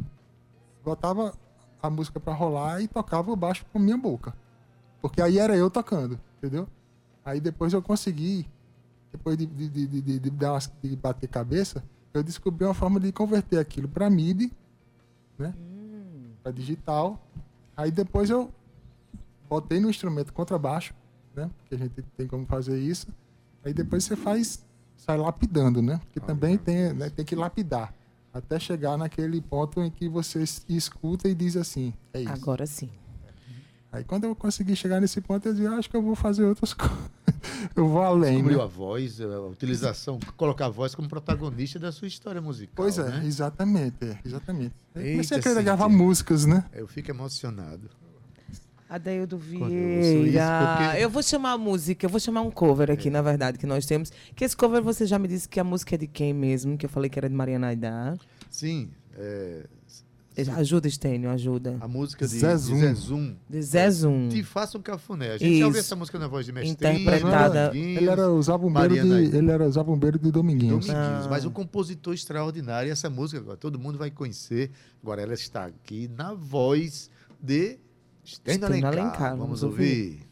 botava a música para rolar e tocava o baixo com minha boca. Porque aí era eu tocando, entendeu? Aí depois eu consegui, depois de, de, de, de, de, dar umas- de bater cabeça, eu descobri uma forma de converter aquilo para M I D I, né? Para digital. Aí depois eu botei no instrumento contrabaixo, né? Porque a gente tem como fazer isso. Aí depois você faz, sai lapidando, né? Porque também tem, né, tem que lapidar. Até chegar naquele ponto em que você es- escuta e diz assim, é isso. Agora sim. Aí quando eu consegui chegar nesse ponto, eu disse, ah, acho que eu vou fazer outras coisas. Eu vou além, Descobriu né? a voz, a utilização, colocar a voz como protagonista da sua história musical. Pois é, né? exatamente, é, exatamente. Eu Eita, comecei a querer Cíntia. gravar músicas, né? Eu fico emocionado. Adeildo Quando eu ouço isso, Vieira. porque- Eu vou chamar a música, eu vou chamar um cover aqui, na verdade, que nós temos. Que esse cover você já me disse que a música é de quem mesmo? Que eu falei que era de Mariana Aidar. Sim, é, Ajuda, Estênio, ajuda. a música de Zezum. de Zezum. De Zé Zum. Te faça um cafuné. A gente já ouviu Isso. essa música na voz de Mestrinho, Interpretada. Dominguinhos, Ele era o zabumbeiro Mariana de, Aidar. ele era o zabumbeiro de Dominguinhos. Dominguinhos, Ah. mas um compositor extraordinário. E essa música agora todo mundo vai conhecer. Agora ela está aqui na voz de Estênio Estênio Alencar. Alencar, Vamos vamos ouvir.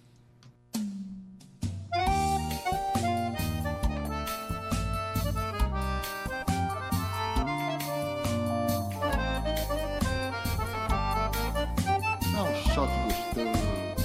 Dá um shot gostoso.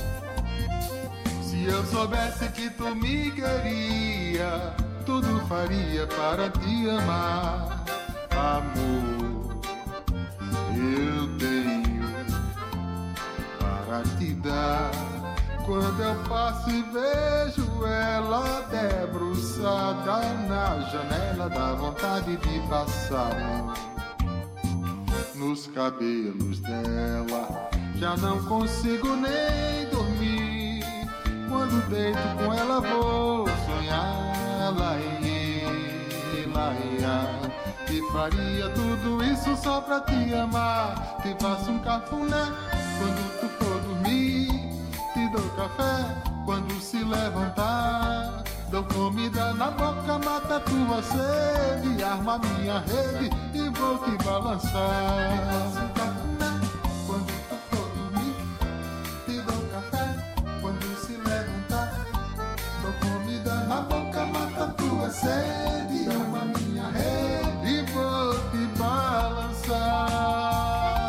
Se eu soubesse que tu me queria, tudo faria para te amar. Amor, eu tenho para te dar. Quando eu passo e vejo ela debruçada na janela, dá vontade de passar nos cabelos dela. já não consigo nem dormir. Quando deito com ela vou sonhar, laie, laia. E faria tudo isso só pra te amar. Te faço um cafuné quando tu for dormir. Te dou café quando se levantar. Dou comida na boca, mata tua sede. Arma minha rede e vou te balançar. Quando tu for dormir, te dou café. Quando se levantar, dou comida na boca, mata tua sede. Arma minha rede e vou te balançar.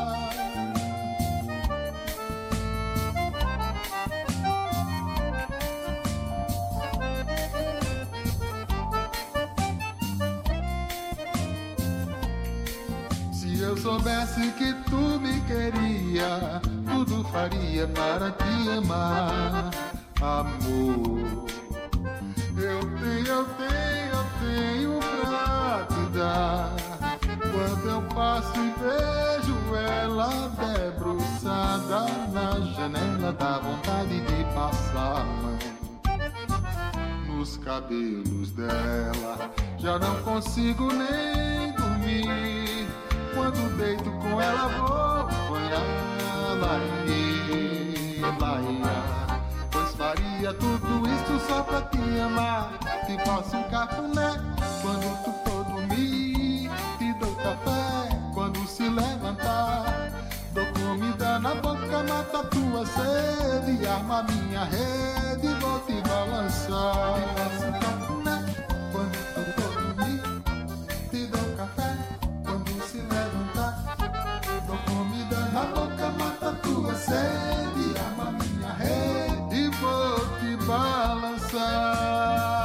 Se eu soubesse que tu me queria, tudo faria para te amar, amor. Eu tenho, eu tenho, eu tenho pra te dar. Quando eu passo e vejo ela debruçada na janela, dá vontade de passar a mão nos cabelos dela. Já não consigo nem dormir. Quando deito com ela vou sonhar, laia, laia. Pois faria tudo isso só pra te amar. Te faço um cafuné quando tu for dormir. Te dou café quando se levantar. Dou comida na boca, mata tua sede. Arma minha rede e vou te balançar. Te faço um cafuné quando tu for dormir. Te dou café quando se levantar. Dou comida na boca, mata tua sede. Arma minha rede e vou te balançar.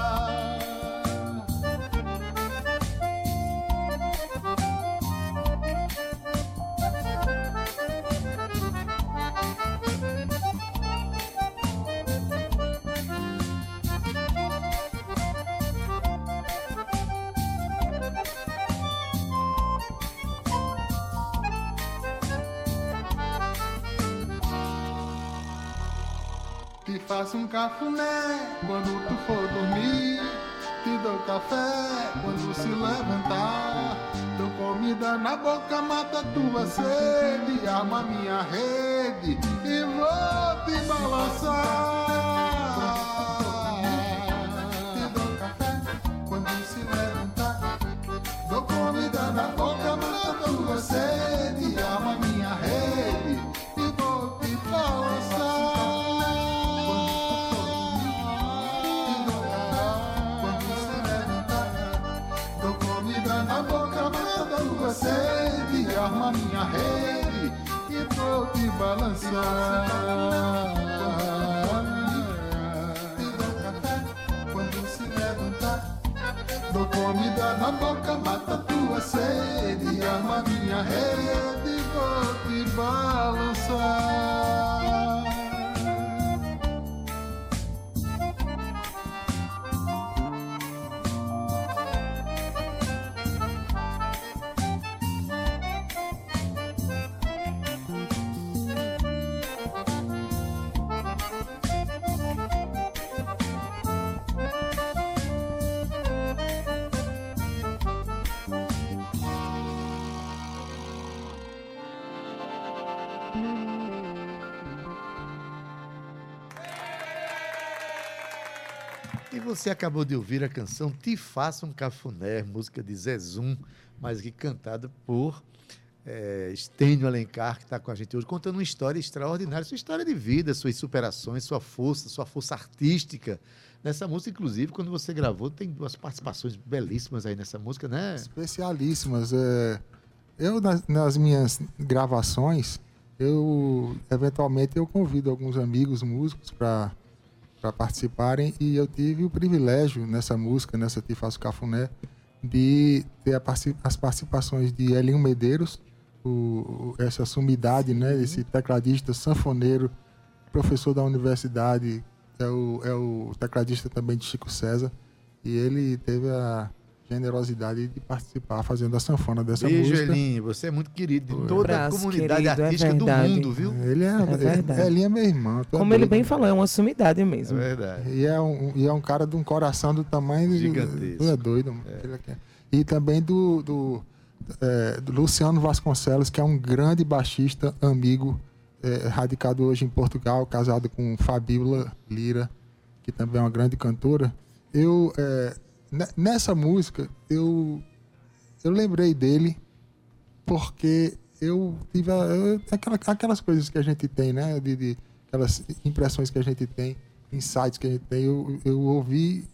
Te faço um cafuné quando tu for dormir. Te dou café quando se levantar. Dou comida na boca, mata tua sede. Arma minha rede e vou te balançar. Te dou café quando se levantar. Dou comida na boca, mata tua sede. Arma minha rede e vou te balançar. Sede, arma minha rede e vou te balançar. Te dou café quando se levantar. Dou comida na boca, mata tua sede. Arma minha rede e vou te balançar. E você acabou de ouvir a canção Te Faço um Cafuné, música de Zezum, mas que cantada por é, Estênio Alencar, que está com a gente hoje, contando uma história extraordinária, sua história de vida, suas superações, sua força, sua força artística. Nessa música, inclusive, quando você gravou, tem duas participações belíssimas aí nessa música, né? Especialíssimas. É, eu, nas, nas minhas gravações, eu, eventualmente, eu convido alguns amigos músicos para para participarem, e eu tive o privilégio nessa música, nessa Te Faço Cafuné, de ter a, as participações de Elinho Medeiros, o, essa sumidade, né, esse tecladista sanfoneiro, professor da universidade, é o, é o tecladista também de Chico César, e ele teve a generosidade de participar fazendo a sanfona dessa Beijo, música. Elinho. Você é muito querido de Oi. toda Abraço, a comunidade querido, é artística do verdade. mundo, viu? Ele é, É verdade. é, Elinho é meu irmão. tu é Como ele doido, bem né? falou, é uma sumidade É mesmo. verdade. E é, um, e é um cara de um coração do tamanho de. Gigantesco. Tu é doido, mano. Ele é que- E também do, do, é, do Luciano Vasconcelos, que é um grande baixista, amigo, é, radicado hoje em Portugal, casado com Fabíola Lira, que também é uma grande cantora. Eu, é, ne- nessa música, eu, eu lembrei dele porque eu tive a- eu- aquela- aquelas coisas que a gente tem, né? De, de- aquelas impressões que a gente tem, insights que a gente tem. Eu, eu ouvi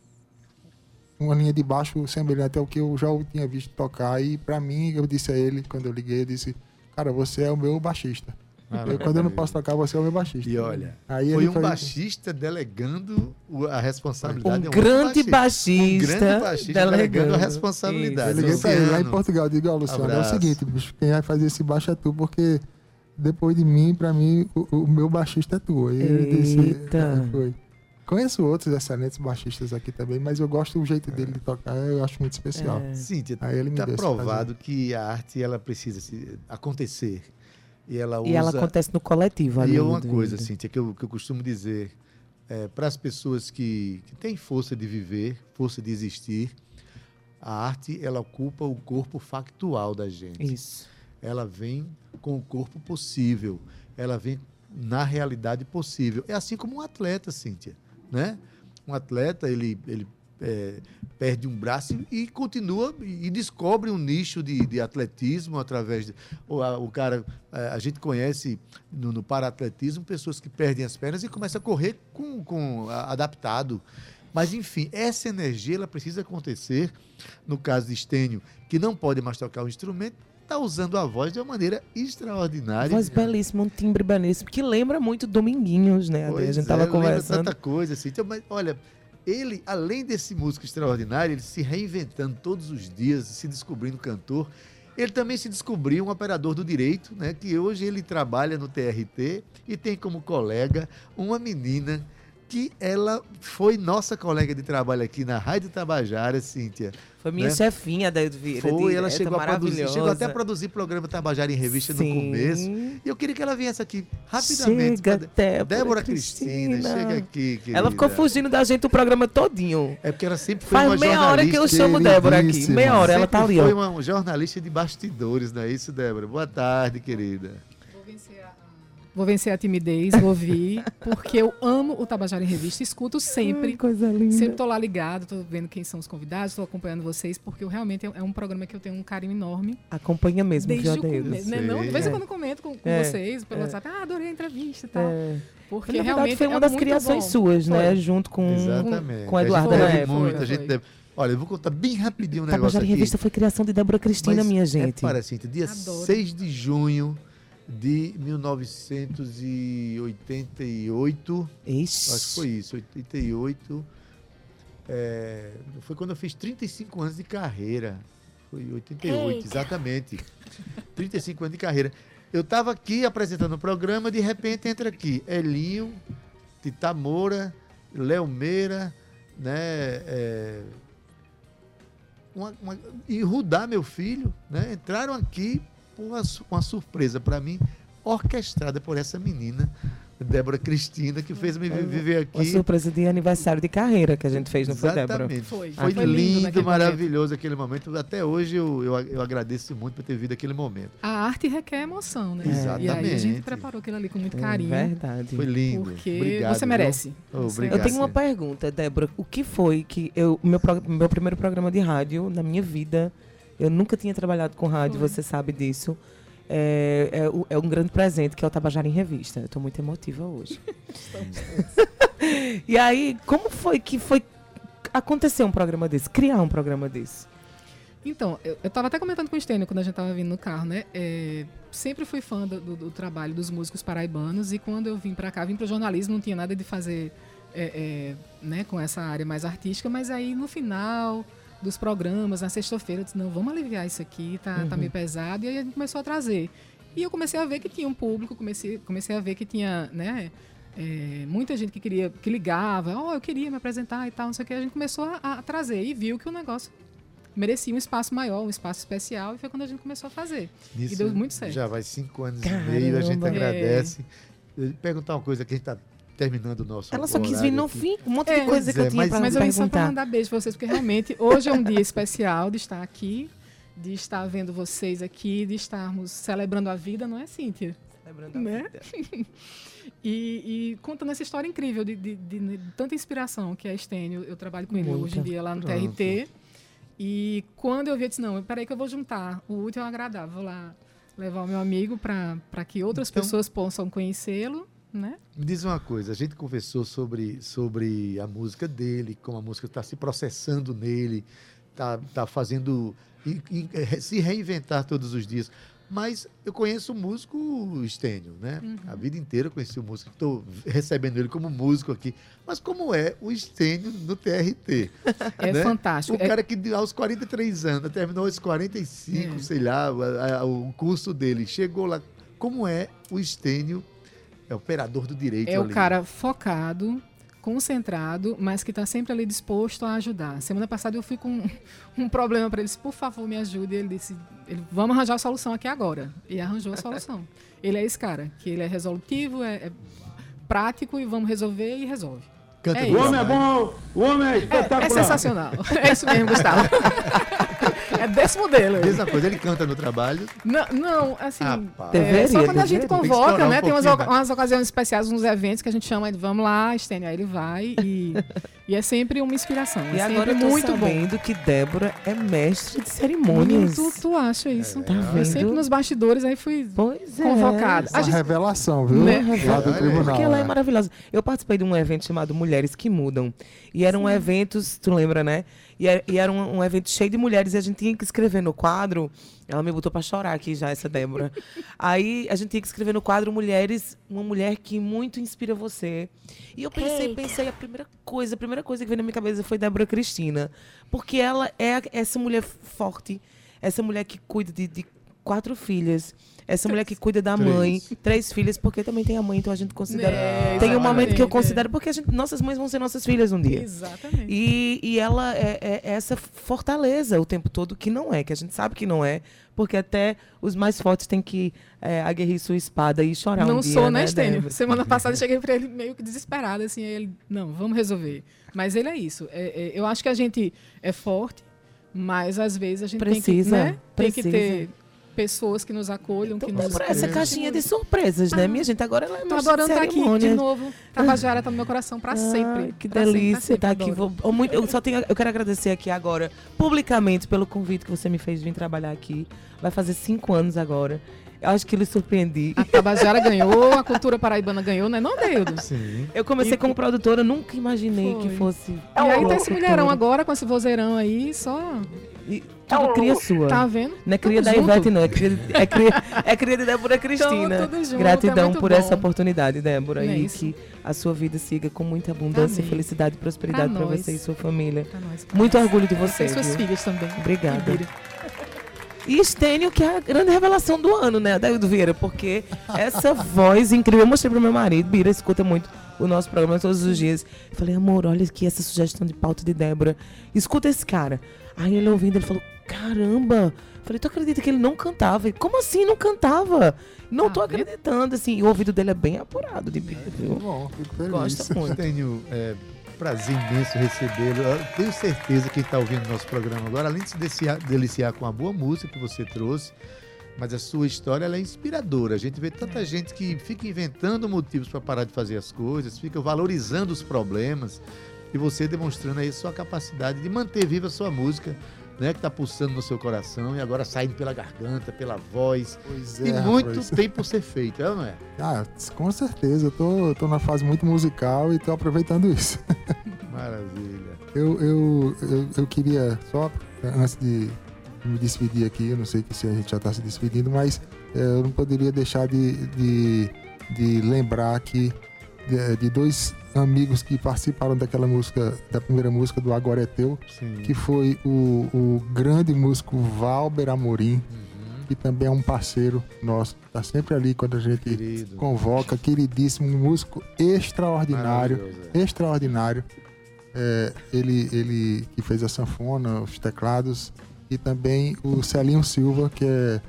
uma linha de baixo semelhante ao que eu já tinha visto tocar. E para mim, eu disse a ele, quando eu liguei, eu disse, cara, você é o meu baixista. Eu, quando eu não posso tocar, você é o meu baixista. E olha, Aí foi ele um foi- baixista delegando o- a responsabilidade. Um de outro grande Um grande baixista baixista delegando delegando. a responsabilidade. Eu liguei pra ele lá em Luciano. Portugal, eu digo, ó, Luciano, Abraço. é o seguinte, bicho, quem vai fazer esse baixo é tu, porque depois de mim, pra mim, o, o meu baixista é tu. Aí ele disse, Eita. é, foi. Conheço outros excelentes baixistas aqui também, mas eu gosto do jeito dele de tocar, eu acho muito especial. É. Cíntia, Aí ele me está deu esse provado que a arte ela precisa se acontecer. E ela usa... E ela acontece no coletivo ali. E é uma do- coisa, do- Cíntia, que eu, que eu costumo dizer para as pessoas que, que têm força de viver, força de existir, a arte ela ocupa o corpo factual da gente. Isso. Ela vem com o corpo possível, ela vem na realidade possível. É assim como um atleta, Cíntia, né? Um atleta, ele, ele é, perde um braço e continua e descobre um nicho de, de atletismo através de... O, a, o cara, a, a gente conhece no, no para-atletismo pessoas que perdem as pernas e começam a correr com, com a, adaptado. Mas, enfim, essa energia ela precisa acontecer. No caso de Estênio, que não pode mais tocar o instrumento, está usando a voz de uma maneira extraordinária. Voz belíssima, um timbre belíssimo, que lembra muito Dominguinhos, né? Pois a gente é, tava lembra conversando. tanta coisa assim. Então, mas, olha, ele, além desse músico extraordinário, ele se reinventando todos os dias, se descobrindo cantor, ele também se descobriu um operador do direito, né? Que hoje ele trabalha no T R T e tem como colega uma menina que ela foi nossa colega de trabalho aqui na Rádio Tabajara, Cíntia. Foi minha né? chefinha da Vieira. Foi, ela direta, chegou a produzir, chegou até a maravilhosa. produzir programa Tabajara em Revista Sim. no começo. E eu queria que ela viesse aqui rapidamente. Chega, pra- Débora, Débora Cristina, Cristina. chega aqui, querida. Ela ficou fugindo da gente o programa todinho. É porque ela sempre foi Faz uma meia hora que eu jornalista. chamo Débora aqui. queridíssima. Meia hora, ela tá sempre ali, foi ó. uma jornalista de bastidores, não é isso, Débora? Boa tarde, querida. Vou vencer a, vou vencer a timidez, vou vir, porque eu amo o Tabajara em Revista, escuto sempre. Ai, coisa linda. Sempre tô lá ligado, tô vendo quem são os convidados, tô acompanhando vocês, porque eu realmente é um programa que eu tenho um carinho enorme. Acompanha mesmo, Desde viu, o Adeildo? começo, né? Não, de vez em Sei. quando eu comento com, com É, vocês pelo é. WhatsApp, ah, adorei a entrevista e tal. É. Porque Na verdade, realmente foi uma é das muito criações bom. suas, né? Foi. Junto com, Exatamente. com a Eduarda a na gente deve época. muito, Foi, a gente foi. deve... Olha, eu vou contar bem rapidinho um negócio Tabajara em aqui. Revista foi criação de Débora Cristina, Mas minha gente. Repara, Cíntia, dia Adoro. seis de junho de mil novecentos e oitenta e oito, Ixi. acho que foi isso, oitenta e oito, é, foi quando eu fiz trinta e cinco anos de carreira. Foi oitenta e oito, exatamente. trinta e cinco anos de carreira. Eu estava aqui apresentando o programa, de repente entra aqui Elinho, Tita Moura, Léo Meira, né, é, uma- uma- e Rudá, meu filho, né, entraram aqui por uma, su- uma surpresa para mim, orquestrada por essa menina, Débora Cristina, que fez me vi- viver Uma aqui. surpresa de aniversário de carreira que a gente fez, não foi, Débora? Exatamente. Foi, Foi, foi lindo, naquele maravilhoso aquele momento. Até hoje eu, eu, eu agradeço muito por ter vivido aquele momento. A arte requer emoção, né? E aí a Exatamente. gente preparou aquilo ali com muito É carinho, verdade. Foi lindo. porque Obrigado, você viu? merece. Oh, Você- obrigado. Eu tenho uma pergunta, Débora. O que foi que eu, meu, pro- meu primeiro programa de rádio na minha vida, eu nunca tinha trabalhado com rádio, Foi. você sabe disso. É, é, o- é um grande presente que é o Tabajara em Revista. Eu estou muito emotiva hoje. E aí, como foi que foi acontecer um programa desse, criar um programa desse? Então, eu, eu tava até comentando com o Stênio quando a gente tava vindo no carro, né? É, sempre fui fã do, do- do trabalho dos músicos paraibanos e quando eu vim pra cá, vim pro jornalismo, não tinha nada de fazer é, é, né, com essa área mais artística, mas aí no final dos programas, na sexta-feira, eu disse, não, vamos aliviar isso aqui, tá, tá meio pesado, e aí a gente começou a trazer. E eu comecei a ver que tinha um público, comecei, comecei a ver que tinha, né, é, muita gente que queria, que ligava, ó, eu queria me apresentar e tal, não sei o que, a gente começou a, a trazer e viu que o negócio merecia um espaço maior, um espaço especial, e foi quando a gente começou a fazer. Isso e deu muito certo. Já vai cinco anos Caramba. e meio, a gente É. agradece. Eu perguntar uma coisa que a gente está terminando o nosso Ela só quis vir no aqui. fim, um monte É, de coisa pois que eu é, tinha mas- pra Mas eu vim só para perguntar. mandar beijo pra vocês, porque realmente hoje é um dia especial de estar aqui, de estar vendo vocês aqui, de estarmos celebrando a vida, não é, Cíntia? Né? E, e contando essa história incrível de, de- de- de tanta inspiração que é Estênio. Eu trabalho com ele Muita. hoje em dia lá no Pronto. T R T. E quando eu vi, eu disse, não, peraí que eu vou juntar o útil ao agradável. Vou lá levar o meu amigo para que outras Então- pessoas possam conhecê-lo, né? Me diz uma coisa, a gente conversou sobre, sobre a música dele, como a música está se processando nele, está tá fazendo e- e, eh, se reinventar todos os dias. Mas eu conheço o músico Estênio, né? Uhum. A vida inteira eu conheci o músico, estou recebendo ele como músico aqui. Mas como é o Estênio no T R T? É né? fantástico. O É- cara que de- aos quarenta e três anos, terminou aos quarenta e cinco, É. sei lá, a- a- o curso dele, chegou lá. Como é o Estênio, é operador do direito É o ali? cara focado, concentrado, mas que está sempre ali disposto a ajudar. Semana passada eu fui com um problema para ele, disse, por favor, me ajude. Ele disse, ele, vamos arranjar a solução aqui agora. E arranjou a solução. Ele é esse cara, que ele é resolutivo, é, é prático e vamos resolver e resolve. Canta É do isso. O homem é trabalho. bom, o homem é É, espetacular. é sensacional. É isso mesmo, Gustavo. É desse modelo. Diz uma coisa, ele canta no trabalho. Não, não, assim. Rapaz. é, Deveria, só quando a gente deveria. Tem que convoca, estourar um né? Tem umas, pouquinho, oca- umas ocasiões especiais, uns eventos que a gente chama ele, vamos lá, Estênio, aí ele vai e, e é sempre uma inspiração. E é agora sempre eu tô muito bom. sabendo que Débora é mestre de cerimônias. Tu, tu acha isso? Tá Eu vendo? sempre nos bastidores aí fui Pois é. convocada. A Uma gente- revelação, viu? Né? Lá do Olha, tribunal. Porque ela é né? maravilhosa. Eu participei de um evento chamado Mulheres que Mudam. E eram eventos, tu lembra, né? E era, e era um, um evento cheio de mulheres e a gente tinha que escrever no quadro. Ela me botou pra chorar aqui já, essa Débora. Aí a gente tinha que escrever no quadro mulheres, uma mulher que muito inspira você. E eu pensei, pensei, a primeira coisa, a primeira coisa que veio na minha cabeça foi Débora Cristina. Porque ela é a- essa mulher forte, essa mulher que cuida de, de quatro filhas. Essa mulher que cuida da Três. mãe, três filhas, porque também tem a mãe, então a gente considera. É, tem um momento que eu exatamente, considero, porque a gente, nossas mães vão ser nossas filhas um dia. Exatamente. E, e ela é, é essa fortaleza o tempo todo, que não é, que a gente sabe que não é, porque até os mais fortes têm que é, aguerrir sua espada e chorar Não um dia, sou, né, né, Estênio? Débora? Semana passada eu cheguei pra ele meio que desesperado, assim, aí ele, não, vamos resolver. Mas ele é isso. É, é, eu acho que a gente é forte, mas às vezes a gente Precisa, tem que, né, tem que precisa. ter pessoas que nos acolham, Então, que nos Débora, essa escutem. caixinha de surpresas, né, minha gente? Agora ela é Tô mestre adorando de estar aqui de cerimônias. novo. Tabajara tá no meu coração pra Ai, sempre. que pra sempre, delícia pra sempre, estar aqui. adoro. Vou- muito- eu só tenho, eu quero agradecer aqui agora, publicamente, pelo convite que você me fez de vir trabalhar aqui. Vai fazer cinco anos agora. Eu acho que lhe surpreendi. A Tabajara ganhou, a cultura paraibana ganhou, né? Não, Deildo? Sim. Eu comecei E- como produtora, nunca imaginei Foi. que fosse. E aí tá esse locutora. mulherão agora, com esse vozeirão aí, só... E tudo cria sua. Tá vendo? Não é cria Tamo da junto. Ivete, não. É cria, é cria, é cria de Débora Cristina. Tamo tudo junto, é Gratidão muito por bom. essa oportunidade, Débora. Não é e isso? que a sua vida siga com muita abundância, Amém. felicidade e prosperidade Pra para nós. você e sua família. Pra nós, Muito pra orgulho de nós. você. E suas viu? filhas também. Obrigada. E Bira. E Estênio, que é a grande revelação do ano, né, Adaildo Vieira? Porque essa voz incrível, eu mostrei pro meu marido, Bira escuta muito o nosso programa todos os dias. Eu falei, amor, olha aqui essa sugestão de pauta de Débora. Escuta esse cara. Aí ele ouvindo, ele falou, caramba. Eu falei, tu acredita que ele não cantava? Ele, como assim não cantava? Não Tá tô vendo? acreditando, assim. E o ouvido dele é bem apurado de Bira, Muito viu? bom, fico feliz. Gosta muito. Tenho é, prazer imenso recebê-lo. Eu tenho certeza que está ouvindo nosso programa agora, além de se deliciar, deliciar com a boa música que você trouxe, mas a sua história ela é inspiradora. A gente vê tanta gente que fica inventando motivos para parar de fazer as coisas, fica valorizando os problemas, e você demonstrando aí sua capacidade de manter viva a sua música, né, que está pulsando no seu coração e agora saindo pela garganta, pela voz. Pois E é, muito rapaz. tem por ser feito, é ou não é? Ah, com certeza. Eu tô, tô na fase muito musical e tô aproveitando isso. Maravilha. Eu, eu, eu, eu queria só, antes de me despedir aqui, eu não sei se a gente já está se despedindo, mas eh, eu não poderia deixar de, de, de lembrar aqui de, de dois amigos que participaram daquela música, da primeira música do Agora é Teu, Sim. que foi o, o grande músico Valber Amorim, Uhum. que também é um parceiro nosso, tá sempre ali quando a gente Querido. convoca, queridíssimo, um músico extraordinário, Maravilhoso, é. extraordinário. é, ele, ele que fez a sanfona, os teclados, e também o Celinho Silva, que é,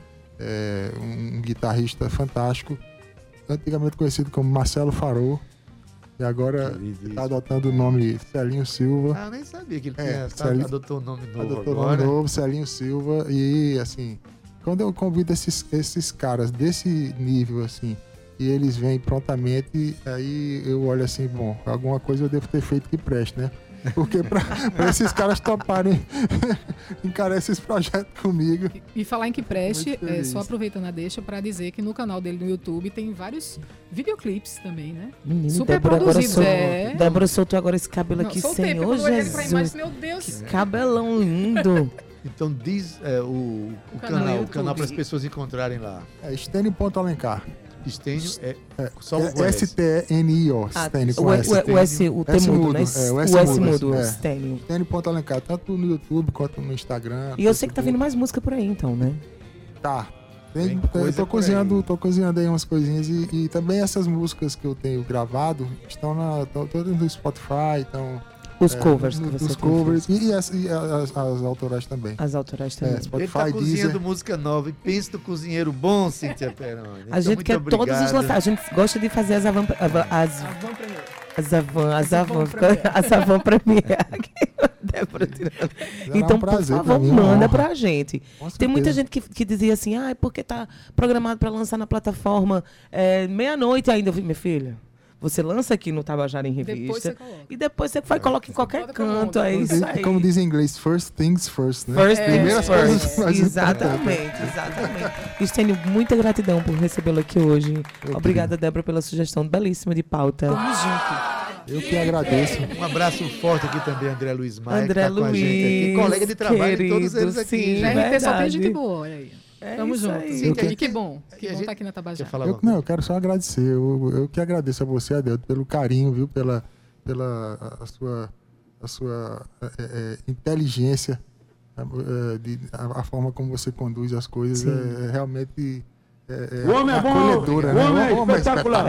é um guitarrista fantástico, antigamente conhecido como Marcelo Farô, e agora está adotando o nome Celinho Silva. Ah, eu nem sabia que ele É, tinha, Celinho- adotou o nome novo Adotou o agora. nome novo, Celinho Silva, e assim, quando eu convido esses, esses caras desse nível, assim, e eles vêm prontamente, aí eu olho assim, bom, alguma coisa eu devo ter feito que preste, né? Porque pra, pra esses caras toparem encarar esses projetos comigo. E falar em que preste, Muito é, feliz. só aproveitando a deixa para dizer que no canal dele no YouTube tem vários videoclipes também, né? Menino, Super Débora agora produzidos, soltou. é. Débora soltou agora esse cabelo Não, aqui, soltei, porque Senhor quando eu olhei pra imagem, Jesus. meu Deus. Cabelão lindo. Então diz é, o, o O canal canal, o YouTube. canal para as pessoas encontrarem lá. É Stênio.Alencar. Estênio é, É, só o é S T E N I O. Ah, Stênio o, com o, S. o, o S, o T S mudo, mudo, né? é, o o S S mudo, mudo, é. Stênio. Stênio.Alencar, tanto no YouTube quanto no Instagram. E eu sei que tá Facebook. vindo mais música por aí, então, né? Tá. Tem, Tem eu coisa tô por cozinhando, aí. tô cozinhando aí umas coisinhas e, e também essas músicas que eu tenho gravado estão na, estão todas no Spotify, então Os é, covers no- que você os tem covers feito. e, e as, e as, as autorais também. As autorais É, também. Ele Spotify, tá cozinhando Deezer. música nova e pensa no cozinheiro bom, Cíntia Peroni. A Então, gente muito quer todos os obrigado. lançamentos. A gente gosta de fazer as avan... ava- as Vamos primeiro. as avan... as As avan... Avan Premiere. as avan Premiere. Débora tirando. Será Então, um prazer por pra favor, mim, uma manda honra. pra gente. Com Tem muita certeza. gente que, que dizia assim, ah, é porque tá programado pra lançar na plataforma é, meia-noite ainda. Eu falei, minha filha, você lança aqui no Tabajara em Depois Revista você coloca. e depois você vai e coloca em qualquer bota pra canto, onda. é Como isso diz- aí. Como diz em inglês, first things first, né? First É, things Primeiras first. coisas mais Exatamente, exatamente. Estênio, muita gratidão por recebê-lo aqui hoje. Obrigada, Débora, pela sugestão belíssima de pauta. Tamo junto. Eu que agradeço. Um abraço forte aqui também, André Luiz Maia, André que tá com a gente aqui. Luiz, Colega de trabalho de todos querido, eles aqui. sim, gente. Na R T só tem verdade. gente boa, olha aí. É Tamo isso junto. aí. Sim, que a E gente- que bom. e Que a bom gente- estar aqui na Quer Tabajara. falar Eu, alguma não, eu quero só agradecer. Eu, eu que agradeço a você, Adelto, pelo carinho, viu? Pela, pela a, a sua, a sua é, é, inteligência, a, é, de, a, a forma como você conduz as coisas Sim. é, é realmente é, é O homem é bom, acolhedora, o né? homem é O homem espetacular.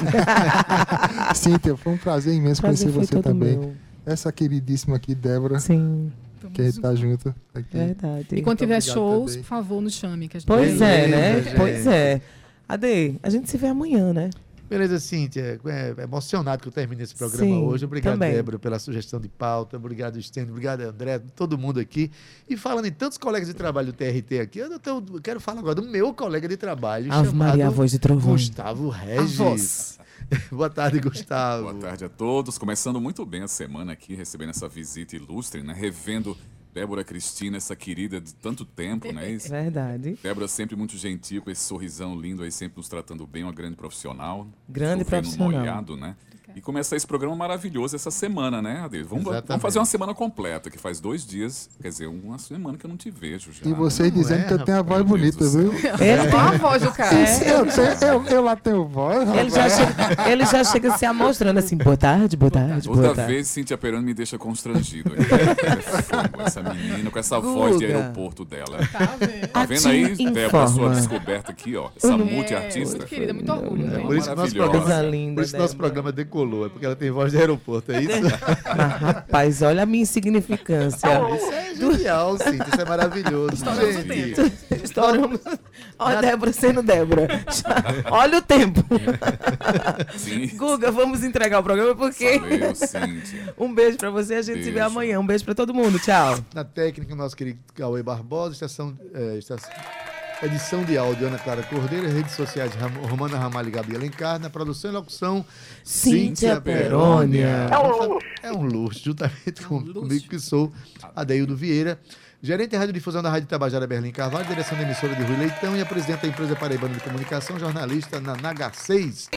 Verdade. Cíntia, foi um prazer imenso Prazer conhecer foi você todo também. meu. Essa queridíssima aqui, Débora, Sim, Tamo que a gente junto. tá junto aqui. verdade. E quando tiver obrigado shows, também. por favor, nos chame. Que a gente Pois vai. é, né? Beleza, Pois gente. é. Ade, a gente se vê amanhã, né? Beleza, Cíntia. É emocionado que eu termine esse programa Sim, hoje. Obrigado, também. Débora, pela sugestão de pauta. Obrigado, Estênio. Obrigado, André. Todo mundo aqui. E falando em tantos colegas de trabalho do T R T aqui, eu, não tenho- eu quero falar agora do meu colega de trabalho, Ave chamado Maria, a voz de trovão. Gustavo Regis. voz. Boa tarde, Gustavo. Boa tarde a todos. Começando muito bem a semana aqui, recebendo essa visita ilustre, né? Revendo Débora Cristina, essa querida de tanto tempo, né? Isso. Verdade. Débora sempre muito gentil, com esse sorrisão lindo aí, sempre nos tratando bem, uma grande profissional. Grande Chovendo profissional. molhado, né? E começar esse programa maravilhoso essa semana, né, Ade? Vamos, Exatamente. vamos fazer uma semana completa, que faz dois dias, quer dizer, uma semana que eu não te vejo já. E você Não dizendo é, que eu tenho a voz rapaz, meu bonita, Deus do viu? Ele, Olha a voz do cara. Eu, tenho- eu, eu lá tenho voz, ele, já chega, ele já chega se amostrando assim, boa tarde, boa tarde, boa Toda tarde. vez Cíntia Peroni me deixa constrangido. aqui. É fogo, essa menina com essa voz de Guga. aeroporto dela. Tá vendo? Tá A vendo aí, Tim Débora, sua informa. descoberta aqui, ó. Essa Eu não- multiartista. Muito querida, muito orgulho. É né? por isso que nosso Maravilhosa. programa, Coisa linda, por isso que nosso Débora. programa decolou, é porque ela tem voz de aeroporto, é isso? Mas, rapaz, olha a minha insignificância. Isso é genial, Cíntia, isso é maravilhoso. Estouramos o Gente, tempo. Estouramos. Olha a Débora sendo Débora. Já- Olha o tempo. Sim. Guga, vamos entregar o programa porque. Valeu, Cíntia. Um beijo pra você, a gente se vê Beijo. amanhã. Um beijo pra todo mundo. Tchau. na técnica, o nosso querido Cauê Barbosa, estação, é, estação- edição de áudio, Ana Clara Cordeira, redes sociais, Ram- Romana Ramalho e Gabi Alencar, na produção e locução, Cíntia Perônia. É um luxo. É um luxo, juntamente com, comigo, que sou Adeildo Vieira, gerente de radiodifusão da Rádio Tabajara Berlim Carvalho, direção da emissora de Rui Leitão e a presidente da empresa Paraibana de Comunicação, jornalista na N H seis.